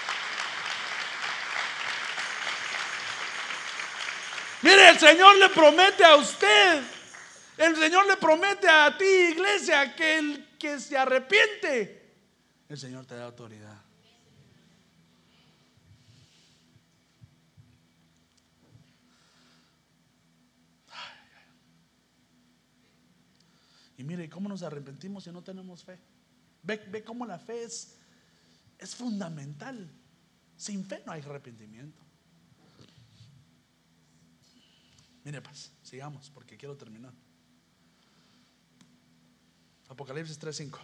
Mire, el Señor le promete a usted, el Señor le promete a ti, iglesia, que el que se arrepiente, el Señor te da autoridad. Y mire cómo nos arrepentimos si no tenemos fe. Ve cómo la fe es fundamental. Sin fe no hay arrepentimiento. Mire pues, sigamos porque quiero terminar. Apocalipsis 3:5.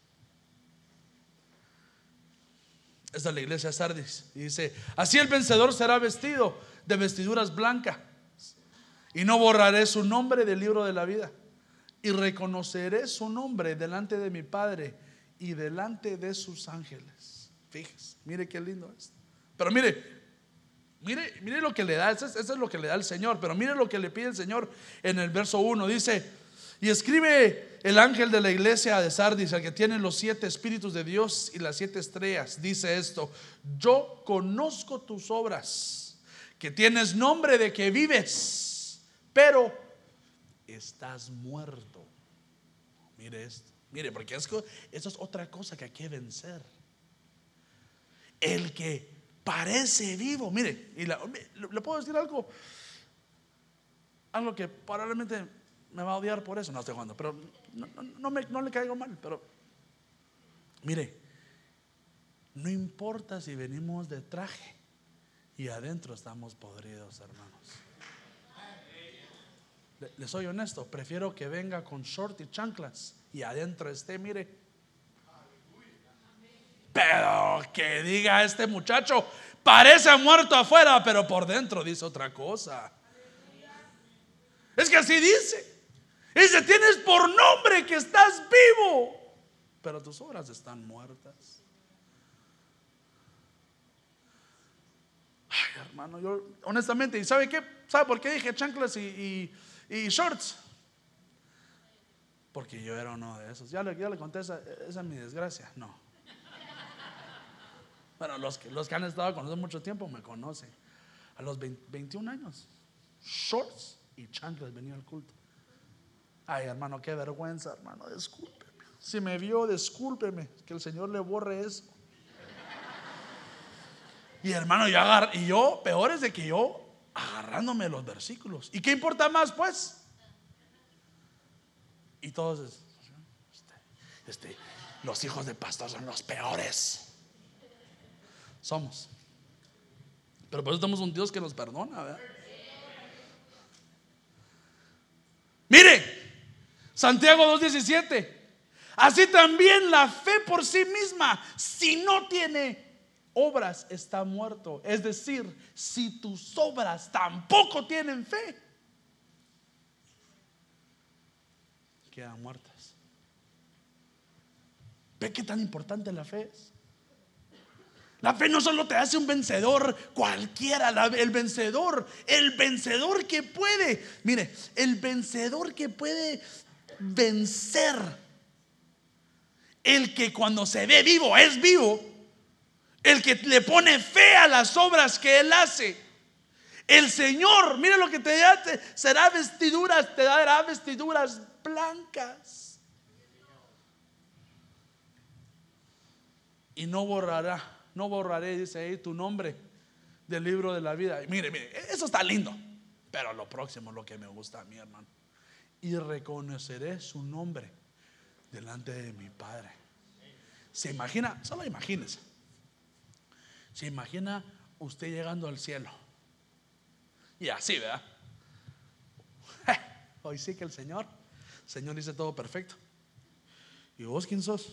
Esta es la iglesia de Sardis. Y dice: así el vencedor será vestido de vestiduras blancas, y no borraré su nombre del libro de la vida, y reconoceré su nombre delante de mi Padre y delante de sus ángeles. Fíjese, mire qué lindo es. Pero mire lo que le da. Eso es lo que le da el Señor. Pero mire lo que le pide el Señor en el verso 1. Dice: y escribe el ángel de la iglesia de Sardis, el que tiene los 7 espíritus de Dios y las 7 estrellas, dice esto: yo conozco tus obras, que tienes nombre de que vives, pero estás muerto. Mire esto. Mire, porque eso es otra cosa que hay que vencer. El que parece vivo, mire, y le puedo decir algo que probablemente me va a odiar por eso. No estoy jugando, pero no le caigo mal. Pero mire, no importa si venimos de traje y adentro estamos podridos, hermanos. Les soy honesto, prefiero que venga con short y chanclas y adentro esté, mire, pero que diga este muchacho, parece muerto afuera, pero por dentro dice otra cosa. Es que así dice. Dice: tienes por nombre que estás vivo, pero tus obras están muertas. Ay, hermano, yo honestamente, ¿y sabe qué? ¿Sabe por qué dije chanclas y shorts? Porque yo era uno de esos. Ya le conté esa es mi desgracia. No. Bueno, los que han estado con nosotros mucho tiempo me conocen. A los 21 años, shorts y chanclas venía al culto. Ay, hermano, qué vergüenza, hermano, discúlpeme. Si me vio, discúlpeme, que el Señor le borre eso. Y hermano, yo peor es de que yo agarrándome los versículos. ¿Y qué importa más, pues? Y todos los hijos de pastor son los peores. Somos. Pero por eso tenemos un Dios que nos perdona, ¿verdad? Mire, Santiago 2:17. Así también la fe por sí misma, si no tiene obras, está muerto. Es decir, si tus obras tampoco tienen fe, quedan muertas. ¿Ve qué tan importante la fe es? La fe no solo te hace un vencedor cualquiera, el vencedor que puede, mire, el vencedor que puede vencer, el que cuando se ve vivo es vivo, el que le pone fe a las obras que él hace. El Señor, mire lo que te da, te dará vestiduras blancas. Y no borraré, dice ahí, tu nombre del libro de la vida. Mire, eso está lindo. Pero lo próximo es lo que me gusta a mí, hermano. Y reconoceré su nombre delante de mi Padre. ¿Se imagina? Solo imagínese. ¿Se imagina usted llegando al cielo? Y así, ¿verdad? Hoy sí que el Señor dice todo perfecto. ¿Y vos quién sos?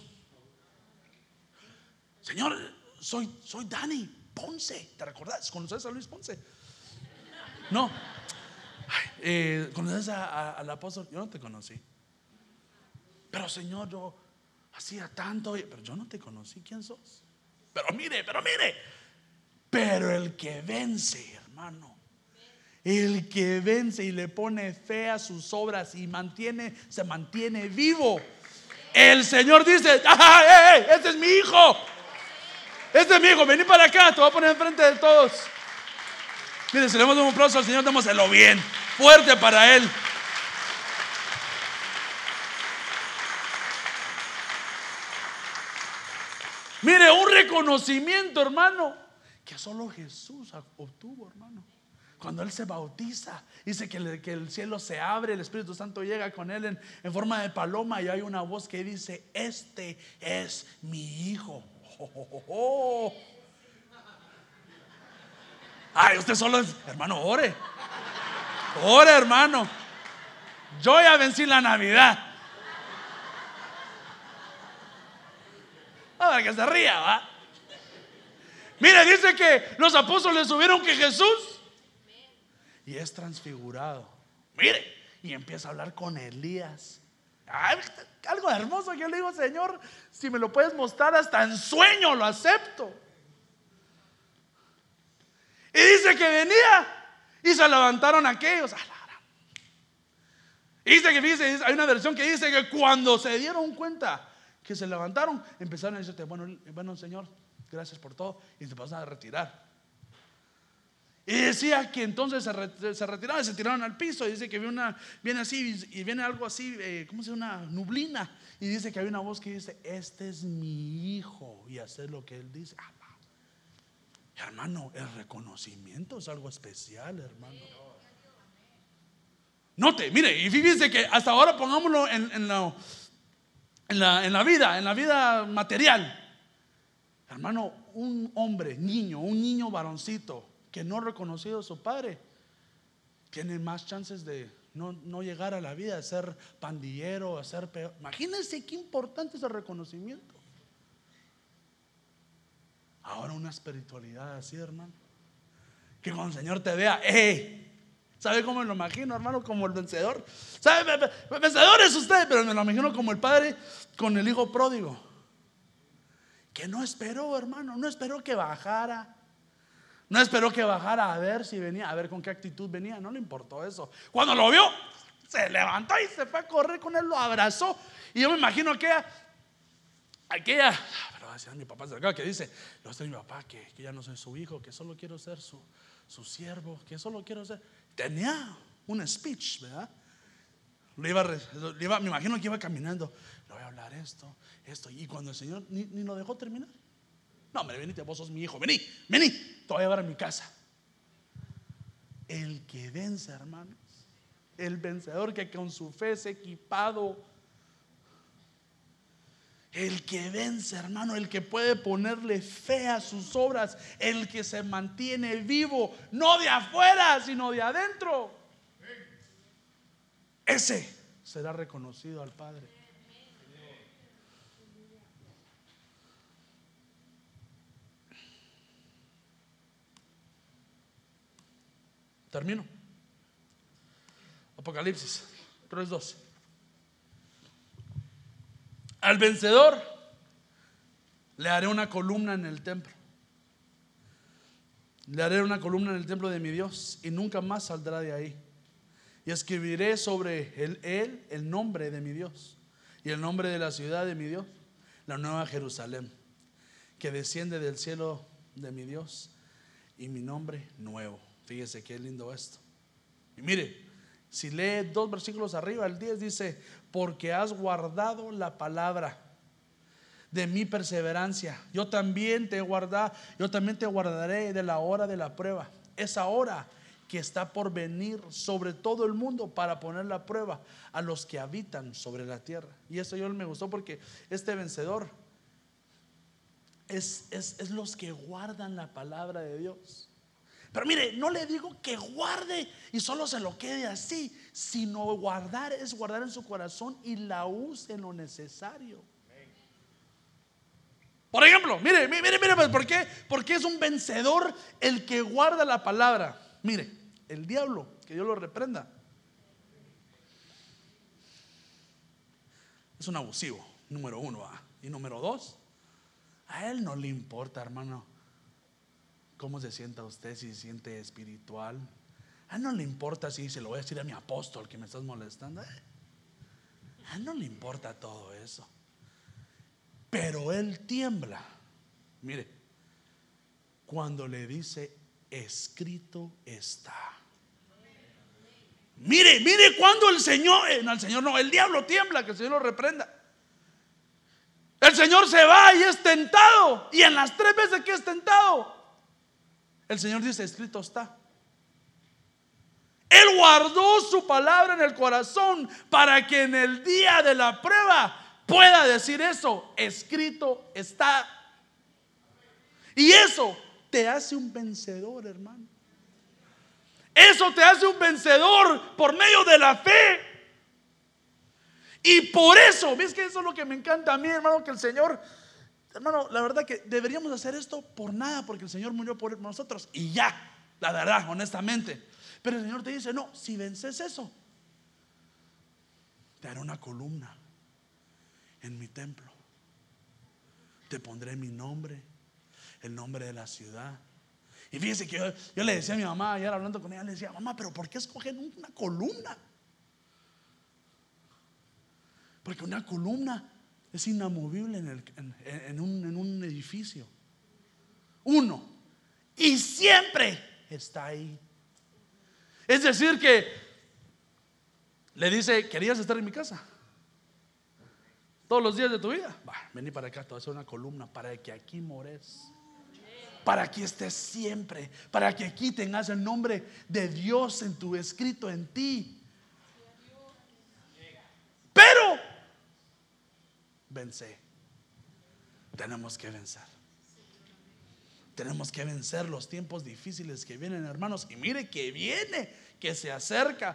Señor, soy Dani Ponce. ¿Te recordás? ¿Conoces a Luis Ponce? No. ¿Conoces al apóstol? Yo no te conocí. Pero Señor, yo hacía tanto, pero yo no te conocí. ¿Quién sos? Pero mire. Pero el que vence, hermano, el que vence y le pone fe a sus obras y se mantiene vivo, el Señor dice: este es mi hijo. Este es mi hijo, vení para acá, te voy a poner enfrente de todos. Mire, si le damos un aplauso al Señor, démoselo bien, fuerte para Él. Mire, un reconocimiento, hermano, que solo Jesús obtuvo, hermano. Cuando Él se bautiza, dice que el cielo se abre, el Espíritu Santo llega con Él en forma de paloma, y hay una voz que dice: este es mi hijo. Ay, usted solo es, hermano, ore, hermano. Yo ya vencí la Navidad. Para que se ría, ¿va? Mire, dice que los apóstoles subieron que Jesús, y es transfigurado. Mire, y empieza a hablar con Elías. Ay, algo hermoso. Yo le digo: Señor, si me lo puedes mostrar hasta en sueño, lo acepto. Y dice que venía y se levantaron aquellos. Y dice que, fíjese, hay una versión que dice que cuando se dieron cuenta que se levantaron, empezaron a decirte: bueno, Señor, gracias por todo. Y se pasaron a retirar. Y decía que entonces se retiraron y se tiraron al piso. Y dice que viene así, y viene algo así, ¿cómo se llama? Una nublina. Y dice que hay una voz que dice: este es mi hijo, y hacer lo que Él dice. Hermano, el reconocimiento es algo especial, hermano. Note, mire, y fíjense que hasta ahora, pongámoslo en la vida material. Hermano, un niño varoncito que no ha reconocido a su padre, tiene más chances de no llegar a la vida, de ser pandillero, a ser peor. Imagínense qué importante es el reconocimiento. Ahora, una espiritualidad así, hermano, que cuando el Señor te vea, ¿sabe cómo me lo imagino, hermano? Como el vencedor. ¿Sabe? Vencedor es usted, pero me lo imagino como el padre con el hijo pródigo, que no esperó, hermano, no esperó que bajara. No esperó que bajara a ver si venía, a ver con qué actitud venía. No le importó eso. Cuando lo vio, se levantó y se fue a correr con él, lo abrazó. Y yo me imagino aquella, pero decía mi papá que dice: yo soy mi papá, que ya no soy su hijo, que solo quiero ser su siervo, que solo quiero ser. Tenía un speech, ¿verdad? Me imagino que iba caminando. Le voy a hablar esto. Y cuando el Señor ni lo dejó terminar: no, hombre, venite, vos sos mi hijo, vení, te voy a llevar a mi casa. El que vence, hermanos, el vencedor que con su fe es equipado, el que vence, hermano, el que puede ponerle fe a sus obras, el que se mantiene vivo, no de afuera, sino de adentro, ese será reconocido al Padre. Termino. Apocalipsis 3:12. Al vencedor le haré una columna en el templo. Le haré una columna en el templo de mi Dios, y nunca más saldrá de ahí. Y escribiré sobre él el nombre de mi Dios y el nombre de la ciudad de mi Dios, la nueva Jerusalén, que desciende del cielo de mi Dios, y mi nombre nuevo. Fíjese qué lindo esto. Y mire, si lee 2 versículos arriba, el 10 dice: porque has guardado la palabra de mi perseverancia, yo también te guardaré de la hora de la prueba, esa hora que está por venir sobre todo el mundo, para poner la prueba a los que habitan sobre la tierra. Y eso yo me gustó, porque este vencedor es los que guardan la palabra de Dios. Pero mire, no le digo que guarde y solo se lo quede así, sino guardar es guardar en su corazón y la use en lo necesario. Por ejemplo, mire, pues, ¿por qué? Porque es un vencedor el que guarda la palabra. Mire, el diablo, que Dios lo reprenda, es un abusivo, número uno. Y número dos, a él no le importa, hermano, cómo se sienta usted, si se siente espiritual. A él no le importa si se lo voy a decir a mi apóstol que me estás molestando. A él no le importa todo eso. Pero él tiembla, mire, cuando le dice escrito está. Mire cuando el Señor, el diablo tiembla, que el Señor lo reprenda. El Señor se va y es tentado, y en las 3 veces que es tentado, el Señor dice escrito está. Él guardó su palabra en el corazón para que en el día de la prueba pueda decir eso, escrito está. Y eso te hace un vencedor, hermano. Eso te hace un vencedor por medio de la fe. Y por eso, ¿ves que eso es lo que me encanta a mí, hermano? Que el Señor, hermano, la verdad que deberíamos hacer esto por nada, porque el Señor murió por nosotros y ya, la verdad, honestamente. Pero el Señor te dice, no, si vences eso, te haré una columna en mi templo, te pondré mi nombre, el nombre de la ciudad. Y fíjese que yo le decía a mi mamá, ayer hablando con ella, le decía, mamá, pero ¿por qué escogen una columna? Porque una columna es inamovible en un edificio. Uno, y siempre está ahí. Es decir que le dice, ¿querías estar en mi casa todos los días de tu vida? Vení para acá, te voy a hacer una columna para que aquí mores, para que estés siempre, para que aquí tengas el nombre de Dios en tu escrito en ti. Pero vence. Tenemos que vencer. Tenemos que vencer los tiempos difíciles que vienen, hermanos. Y mire que viene, que se acerca.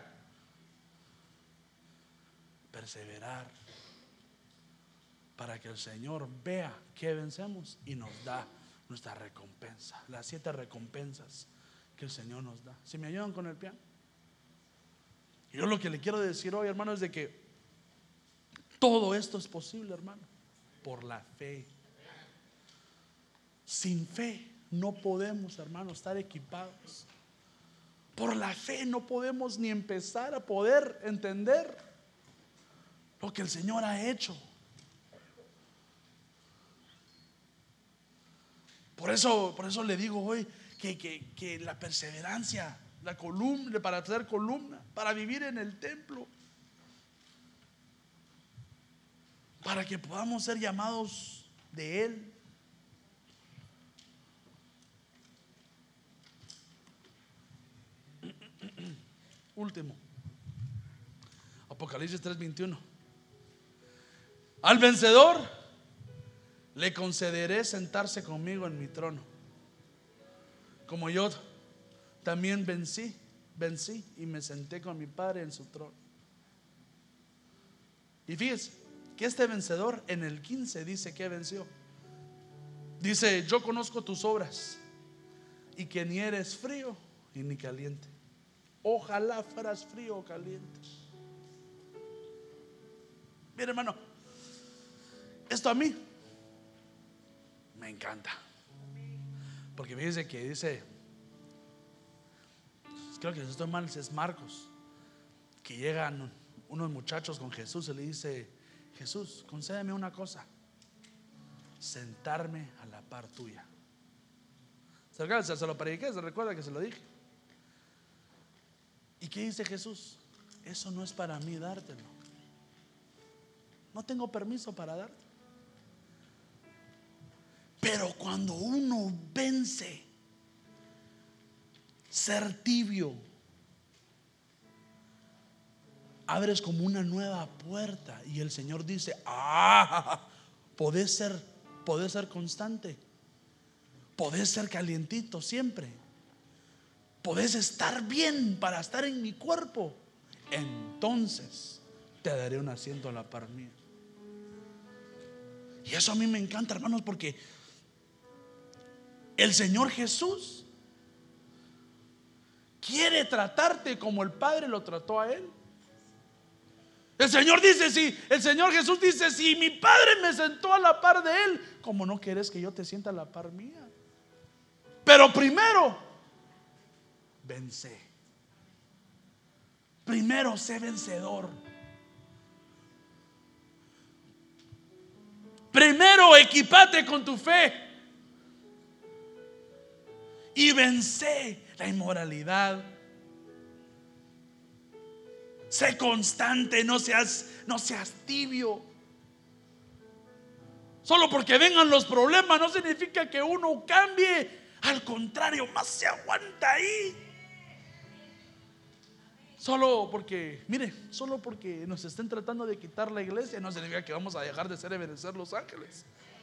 Perseverar para que el Señor vea que vencemos y nos da nuestra recompensa, las 7 recompensas que el Señor nos da. ¿Si me ayudan con el piano? Yo lo que le quiero decir hoy, hermano, es de que todo esto es posible, hermano, por la fe. Sin fe no podemos, hermano, estar equipados. Por la fe no podemos ni empezar a poder entender lo que el Señor ha hecho. Por eso le digo hoy que la perseverancia, la columna, para hacer columna, para vivir en el templo, para que podamos ser llamados de Él. Último, Apocalipsis 3:21. Al vencedor le concederé sentarse conmigo en mi trono, como yo también vencí y me senté con mi Padre en su trono. Y fíjese que este vencedor en el 15 dice que venció. Dice, yo conozco tus obras y que ni eres frío y ni caliente. Ojalá fueras frío o caliente. Mira, hermano, esto a mí me encanta, porque fíjese que dice, creo que si estoy mal es Marcos, que llegan unos muchachos con Jesús y le dice, Jesús, concédeme una cosa, sentarme a la par tuya. Se lo prediqué, se recuerda que se lo dije. ¿Y qué dice Jesús? Eso no es para mí dártelo. No tengo permiso para dártelo. Pero cuando uno vence, ser tibio, abres como una nueva puerta y el Señor dice, podés ser constante, podés ser calientito siempre, podés estar bien para estar en mi cuerpo, entonces te daré un asiento a la par mía. Y eso a mí me encanta, hermanos, porque el Señor Jesús quiere tratarte como el Padre lo trató a Él. El Señor dice, el Señor Jesús dice, si mi Padre me sentó a la par de Él, ¿cómo no quieres que yo te sienta a la par mía? Pero primero, vence. Primero, sé vencedor. Primero, equipate con tu fe y vence la inmoralidad. Sé constante, no seas tibio. Solo porque vengan los problemas no significa que uno cambie. Al contrario, más se aguanta ahí. Solo porque nos estén tratando de quitar la iglesia no significa que vamos a dejar de ser Ebenecer Los Ángeles.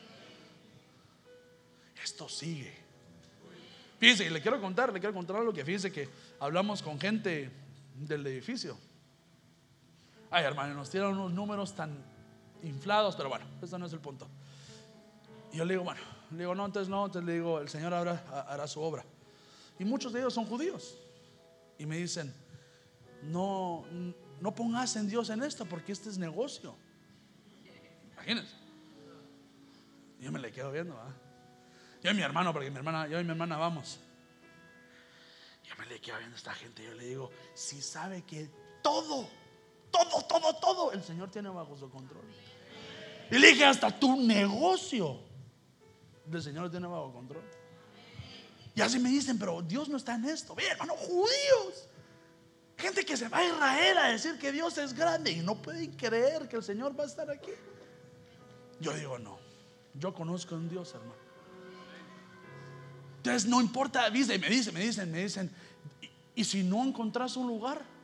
Esto sigue. Fíjense, le quiero contar algo que fíjense que hablamos con gente del edificio. Ay, hermano, nos tiran unos números tan inflados, pero bueno, eso no es el punto. Y yo le digo, entonces le digo, el Señor hará su obra. Y muchos de ellos son judíos. Y me dicen, no pongas en Dios en esto, porque este es negocio. Imagínense. Yo me le quedo viendo, ¿verdad? Yo y mi hermano vamos. Yo me le quedo viendo a esta gente. Yo le digo, si sabe que todo el Señor tiene bajo su control. Y le dije, hasta tu negocio del Señor lo tiene bajo control. Y así me dicen, pero Dios no está en esto. Ve, hermano, judíos, gente que se va a Israel a decir que Dios es grande y no pueden creer que el Señor va a estar aquí. Yo digo, no, yo conozco a un Dios, hermano. Entonces no importa, me dicen, y si no encontrás un lugar,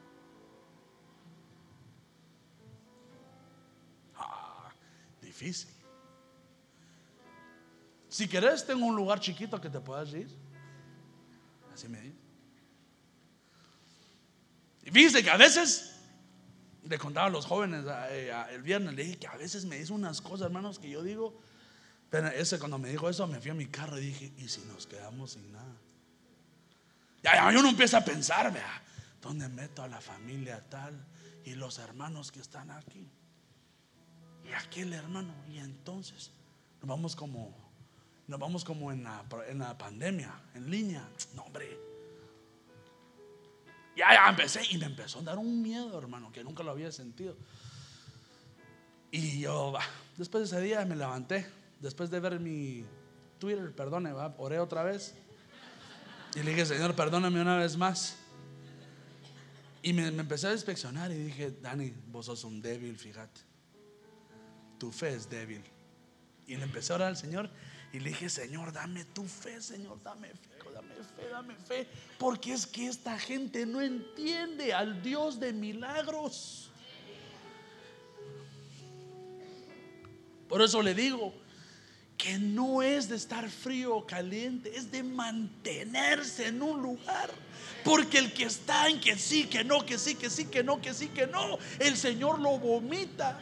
difícil. Si querés, tengo un lugar chiquito que te puedas ir. Así me dice. Y fíjense que a veces, le contaba a los jóvenes el viernes, le dije que a veces me dice unas cosas, hermanos, que yo digo. Pero cuando me dijo eso, me fui a mi carro y dije, ¿y si nos quedamos sin nada? Ya uno empieza a pensar, vea, ¿dónde meto a la familia tal y los hermanos que están aquí? Y aquel hermano, y entonces nos vamos como en la pandemia, en línea. No, hombre. Ya empecé y me empezó a dar un miedo, hermano, que nunca lo había sentido. Y yo, después de ese día me levanté, después de ver mi Twitter, oré otra vez y le dije, Señor, perdóname una vez más. Y me empecé a inspeccionar y dije, Dani, vos sos un débil, fíjate. Tu fe es débil. Y le empecé a orar al Señor y le dije, Señor, dame tu fe, Señor, dame fe, porque es que esta gente no entiende al Dios de milagros. Por eso le digo que no es de estar frío o caliente, es de mantenerse en un lugar. Porque el que está en que sí, que no, que sí, que sí, que no, que sí, que no, el Señor lo vomita.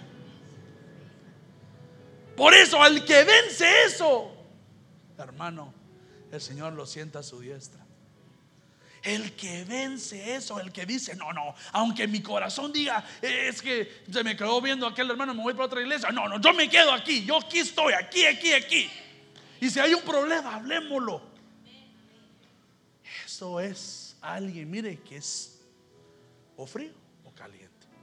Por eso al que vence eso, hermano, el Señor lo sienta a su diestra. El que vence eso, el que dice, no, aunque mi corazón diga, es que se me quedó viendo aquel hermano, me voy para otra iglesia. No, yo me quedo aquí, yo aquí estoy, aquí. Y si hay un problema, hablemoslo. Eso es alguien, mire, que es o frío o caliente.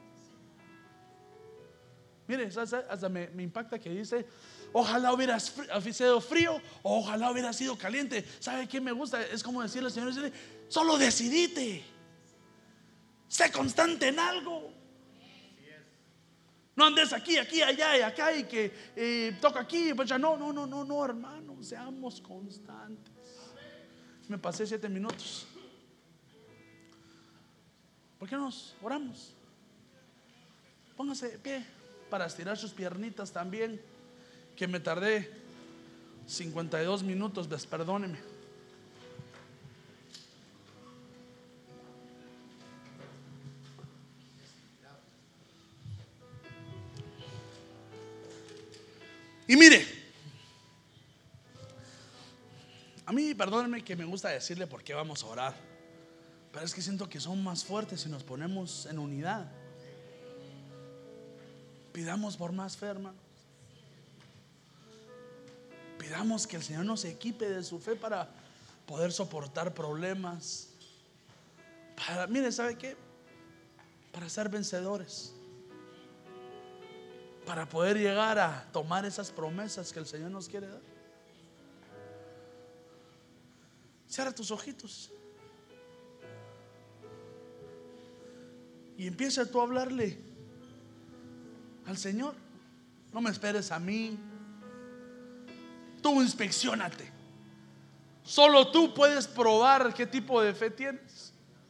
Mire, hasta me impacta que dice, ojalá hubieras sido frío o ojalá hubiera sido caliente. ¿Sabe qué me gusta? Es como decirle al Señor, solo decidite, sé constante en algo. No andes aquí, allá y acá y que toca aquí, pues ya no, hermano, seamos constantes. Me pasé 7 minutos. ¿Por qué nos oramos? Póngase de pie para estirar sus piernitas también, que me tardé 52 minutos, perdóneme. Y mire, a mí, perdónenme que me gusta decirle por qué vamos a orar, pero es que siento que son más fuertes si nos ponemos en unidad. Pidamos por más fe, hermano. Pidamos que el Señor nos equipe de su fe para poder soportar problemas. Mire, ¿sabe qué? Para ser vencedores, para poder llegar a tomar esas promesas que el Señor nos quiere dar. Cierra tus ojitos y empieza tú a hablarle al Señor. No me esperes a mí. Tú inspecciónate. Solo tú puedes probar qué tipo de fe tienes.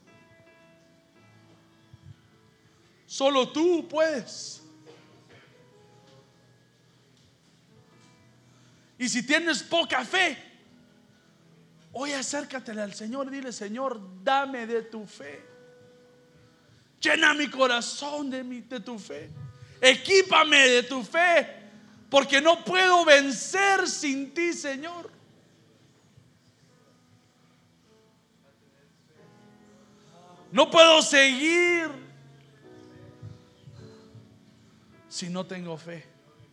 Solo tú puedes. Y si tienes poca fe, hoy acércatele al Señor y dile: Señor, dame de tu fe. Llena mi corazón de tu fe. Equípame de tu fe, porque no puedo vencer sin ti, Señor. No puedo seguir si no tengo fe.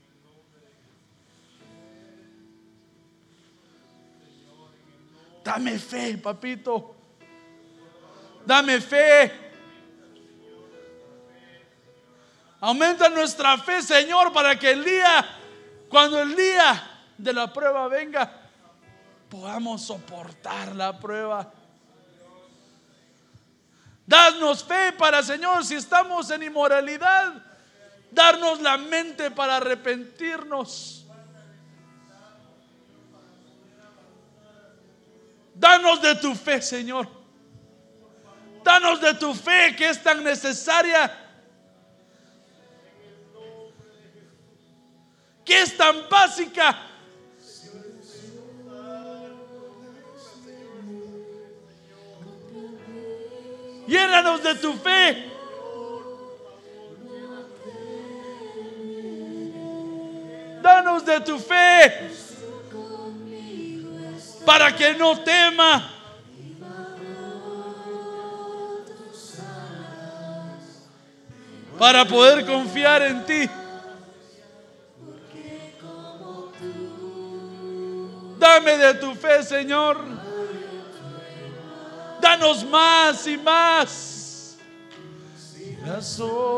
Dame fe, papito. Dame fe. Aumenta nuestra fe, Señor, para que cuando el día de la prueba venga, podamos soportar la prueba. Danos fe para, Señor, si estamos en inmoralidad, darnos la mente para arrepentirnos. Danos de tu fe, Señor. Danos de tu fe, que es tan necesaria, que es tan básica. Llénanos de tu fe. Danos de tu fe para que no tema. Para poder confiar en ti. Dame de tu fe, Señor. Danos más y más. Si las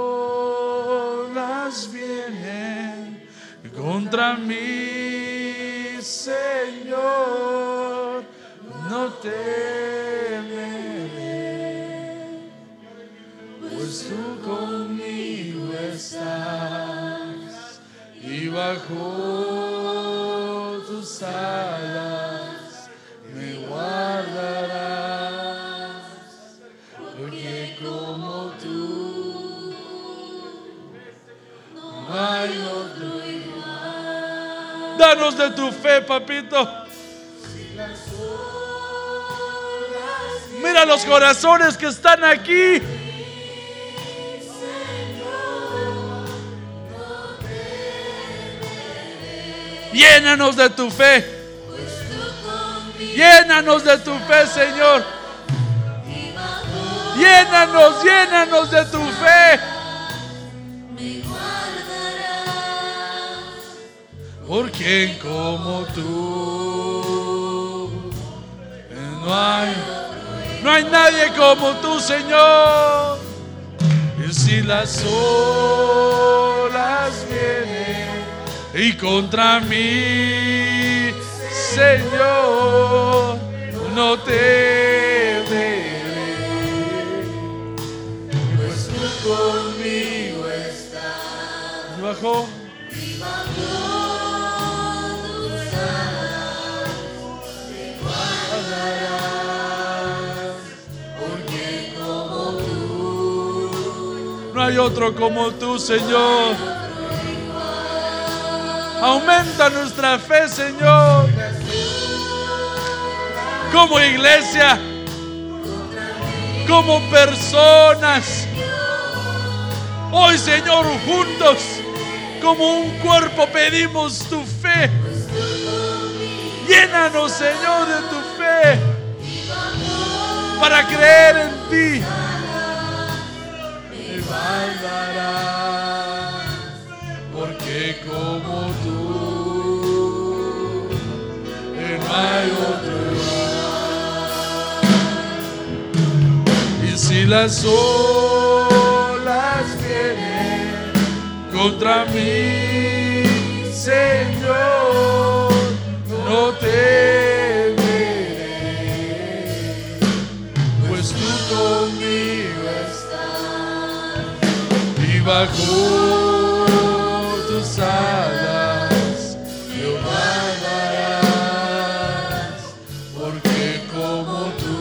olas vienen contra mí, Señor, no temeré, pues tú conmigo estás, y bajo tus alas me guardarás, porque como tú no hay otro igual. Danos de tu fe, papito. Mira los corazones que están aquí. Llénanos de tu fe. Llénanos de tu fe, Señor. Llénanos de tu fe. Porque como tú no hay nadie como tú, Señor. Y si las olas vienen y contra mí, Señor, no temeré, pues tú conmigo estás. Bajo tus alas me guardarás, porque como tú no hay otro como tú, Señor. Aumenta nuestra fe, Señor. como iglesia, como personas. Hoy, Señor, juntos, como un cuerpo, pedimos tu fe. Llénanos, Señor, de tu fe para creer en ti. Me valdarás, porque como tú no hay otro igual. Y si las olas vienen contra mí, Señor, no temeré, pues tú conmigo estás, y bajo tus alas me guardarás, porque como tú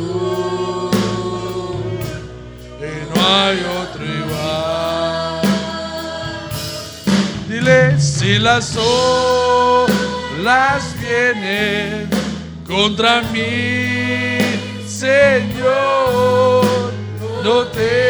no hay otro igual. Dile, si las olas vienen contra mí, Señor, no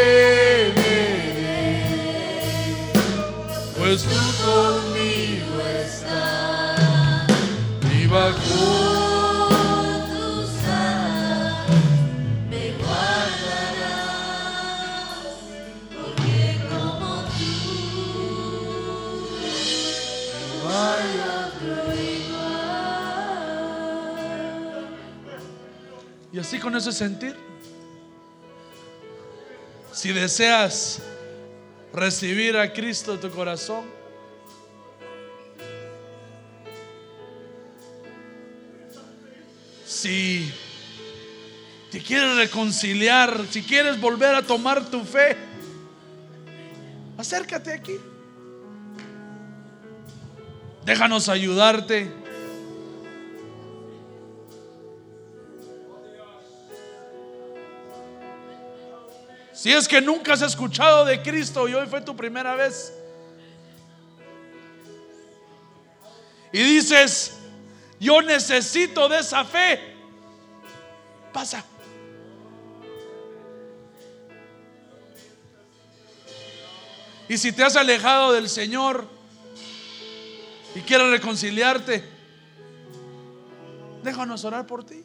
temeré, pues tú conmigo estás, y bajo tus alas me guardarás, porque como tú no hay otro igual. Y así, con ese sentir, si deseas recibir a Cristo en tu corazón, si te quieres reconciliar, si quieres volver a tomar tu fe, acércate aquí. Déjanos ayudarte. Si es que nunca has escuchado de Cristo y hoy fue tu primera vez, y dices, yo necesito de esa fe, pasa. Y si te has alejado del Señor y quieres reconciliarte, déjanos orar por ti.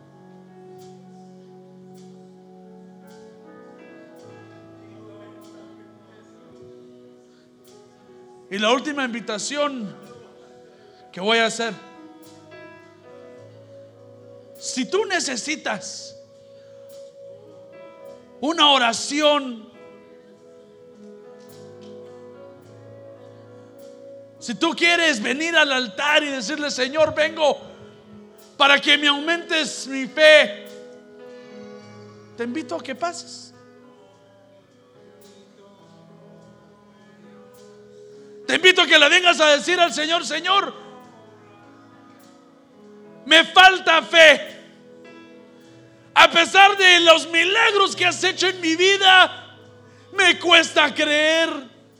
Y la última invitación que voy a hacer: si tú necesitas una oración, si tú quieres venir al altar y decirle, Señor, vengo para que me aumentes mi fe, te invito a que pases. Te invito a que le vengas a decir al Señor, Señor, me falta fe. A pesar de los milagros que has hecho en mi vida, me cuesta creer.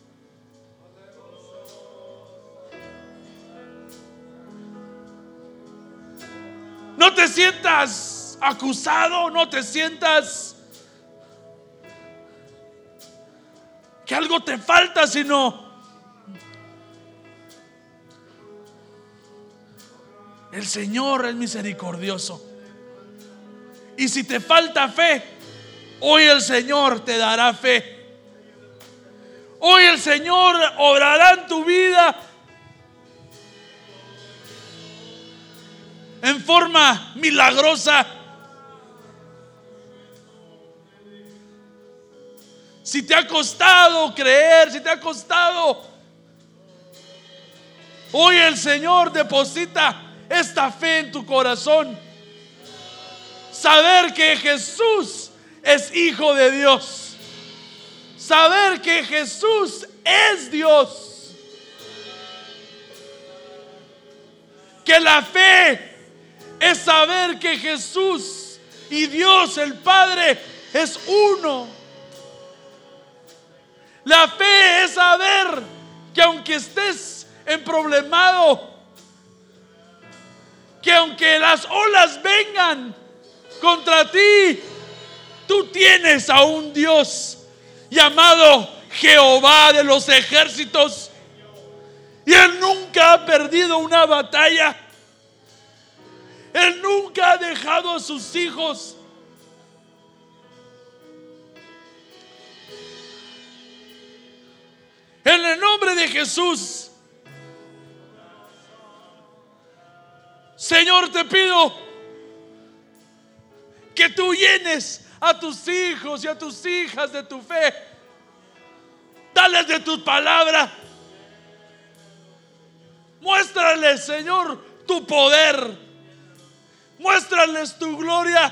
No te sientas acusado, no te sientas que algo te falta, sino el Señor es misericordioso. Y si te falta fe, hoy el Señor te dará fe. Hoy el Señor obrará en tu vida en forma milagrosa. Si te ha costado creer, si te ha costado, hoy el Señor deposita esta fe en tu corazón. Saber que Jesús es Hijo de Dios. Saber que Jesús es Dios. Que la fe es saber que Jesús y Dios el Padre es uno. La fe es saber que aunque estés emproblemado, que aunque las olas vengan, contra ti. Tú tienes a un Dios llamado Jehová de los ejércitos, y Él nunca ha perdido una batalla. Él nunca ha dejado a sus hijos. En el nombre de Jesús, Señor, te pido que tú llenes a tus hijos y a tus hijas de tu fe. Dales de tu palabra. Muéstrales, Señor, tu poder. Muéstrales tu gloria.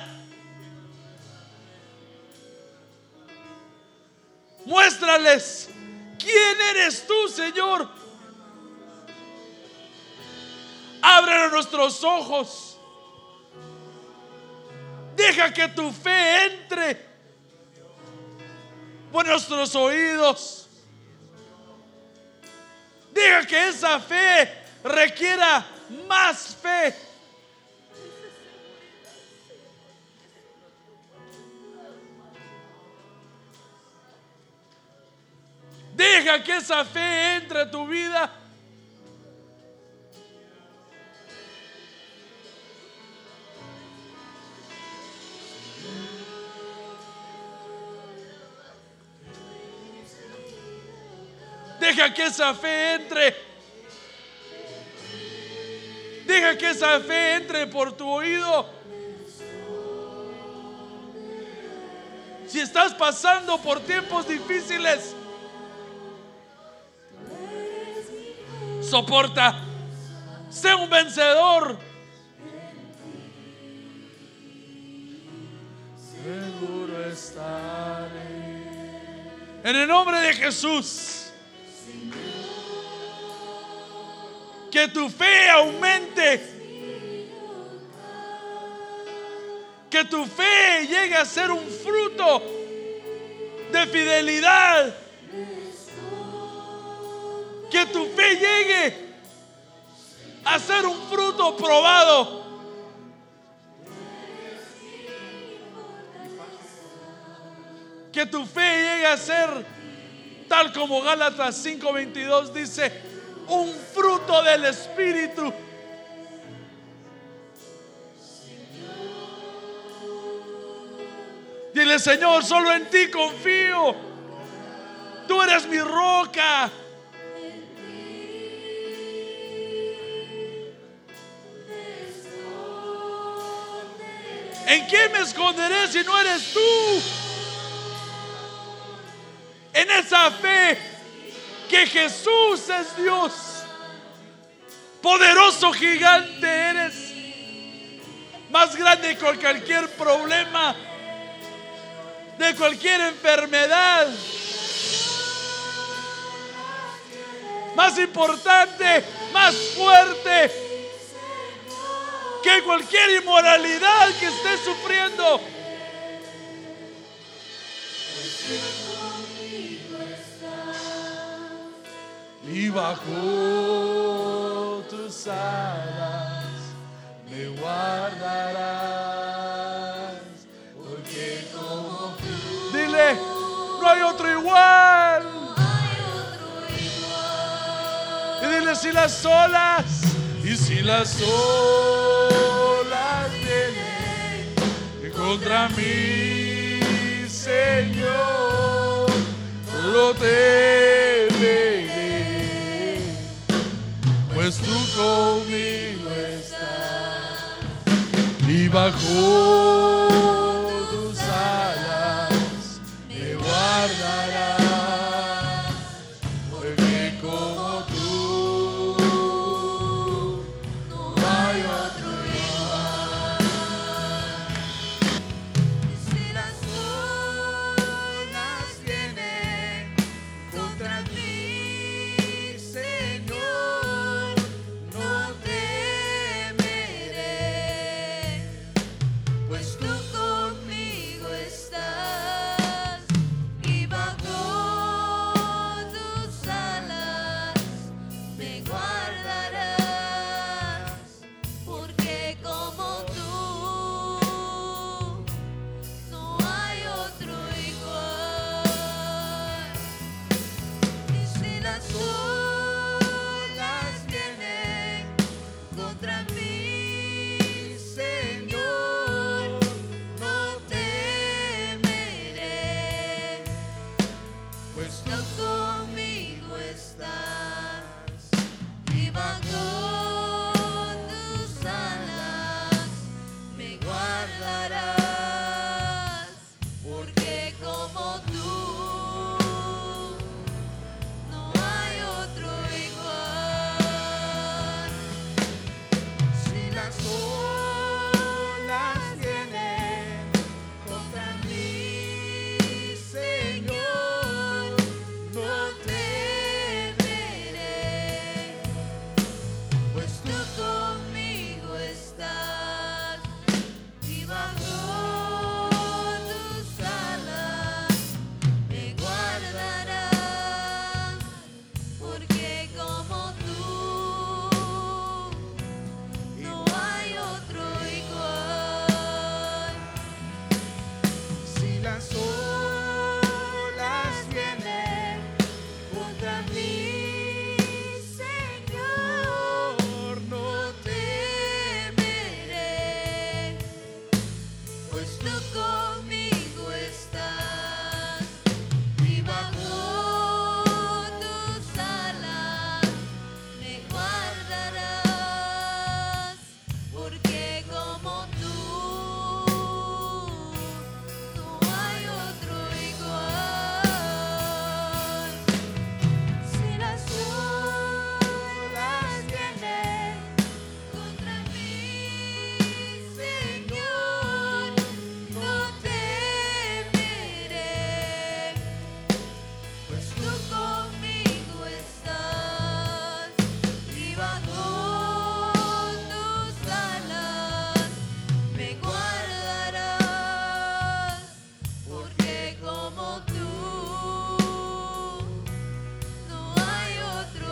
Muéstrales quién eres tú, Señor. Abre nuestros ojos. Deja que tu fe entre por nuestros oídos. Deja que esa fe requiera más fe. Deja que esa fe entre a tu vida. Deja que esa fe entre. Deja que esa fe entre por tu oído. Si estás pasando por tiempos difíciles, soporta. Sé un vencedor. Seguro estaré. En el nombre de Jesús. Que tu fe aumente. Que tu fe llegue a ser un fruto de fidelidad. Que tu fe llegue a ser un fruto probado. Que tu fe llegue a ser, tal como Gálatas 5:22 dice, un fruto del Espíritu. Dile: Señor, solo en ti confío. Tú eres mi roca. ¿En quién me esconderé si no eres tú? En esa fe que Jesús es Dios, poderoso gigante eres, más grande que cualquier problema, de cualquier enfermedad, más importante, más fuerte que cualquier inmoralidad que estés sufriendo. Y bajo tus alas me guardarás, porque como tú, dile, no hay otro igual. Y dile: si las olas, y si las olas vienen contra mí, Señor, lo temeré, pues tú conmigo estás. Y bajo tus alas me guardarás, porque como tú no hay otro igual. Y si las olas vienen contra ti, Señor, no temeré, pues tú las olas vienen contra mí, Señor, no temeré, pues tú conmigo estás, y bajo tus alas me guardarás, porque como tú no hay otro igual. Si las olas vienen contra mí, Señor, no temeré, pues tú conmigo estás, y bajo tus alas me guardarás, porque como tú no hay otro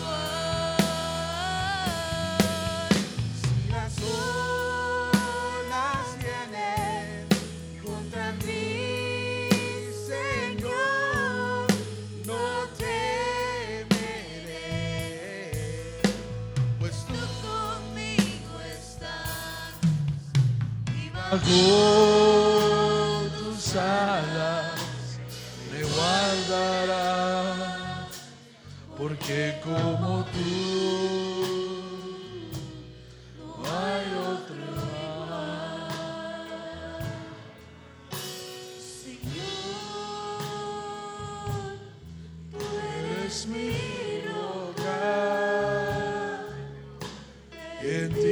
igual. Si las olas vienen contra mí, Señor, no temeré, pues tú conmigo estás, y Bajo tus alas me guardarás, porque como tú no hay otro igual. Señor, tú Eres eres mi mi roca, en ti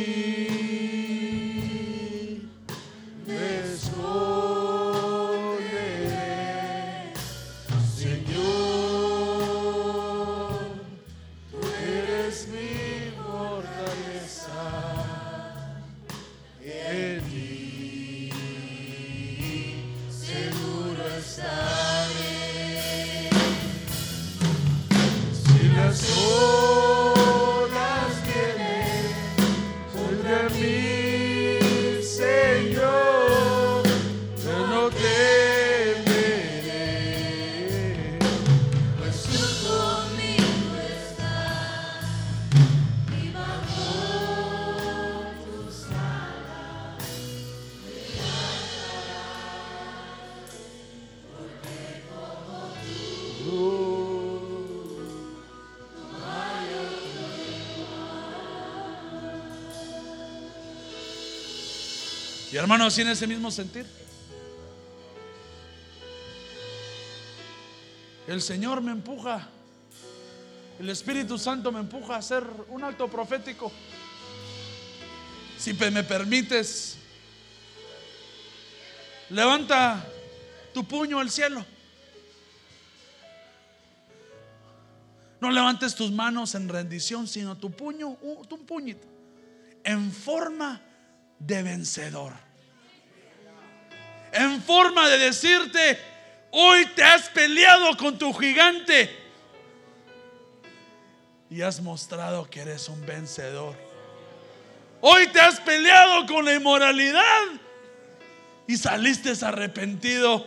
me esconderé, Señor, tú eres mi fortaleza, en ti seguro estaré. Si las olas vienen contra mí, Señor, yo no temeré, pues tú conmigo estás, y bajo tus alas me guardarás, porque como tú no hay otro Y hermano, así en ese mismo sentir, el Señor me empuja, el Espíritu Santo me empuja a hacer un acto profético. Si me permites, levanta tu puño al cielo. No levantes tus manos en rendición, sino tu puño, un puñito, en forma de vencedor, en forma de decirte: hoy te has peleado con tu gigante y has mostrado que eres un vencedor. Hoy te has peleado con la inmoralidad y saliste arrepentido.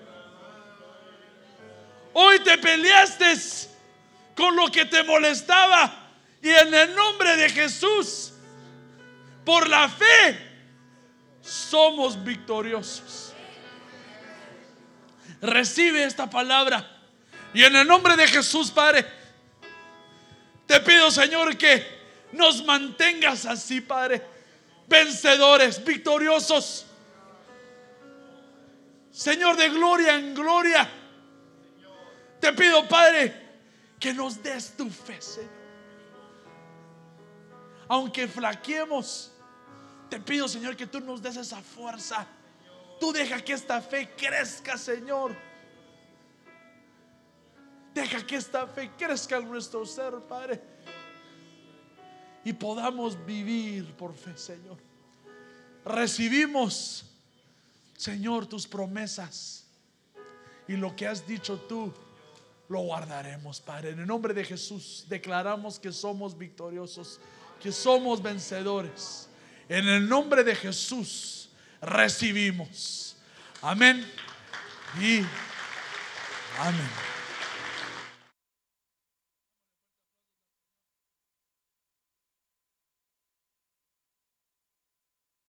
Hoy te peleaste con lo que te molestaba, y en el nombre de Jesús, por la fe, somos victoriosos. Recibe esta palabra, y en el nombre de Jesús, Padre, te pido, Señor, que nos mantengas así, Padre, vencedores, victoriosos, Señor, de gloria en gloria. Te pido, Padre, que nos des tu fe, Señor. Aunque flaqueemos, te pido, Señor, que tú nos des esa fuerza. Tú deja que esta fe crezca, Señor. Deja que esta fe crezca en nuestro ser, Padre, y podamos vivir por fe, Señor. Recibimos, Señor, tus promesas, y lo que has dicho tú lo guardaremos, Padre. En el nombre de Jesús declaramos que somos victoriosos, que somos vencedores. En el nombre de Jesús recibimos. Amén. Y amén.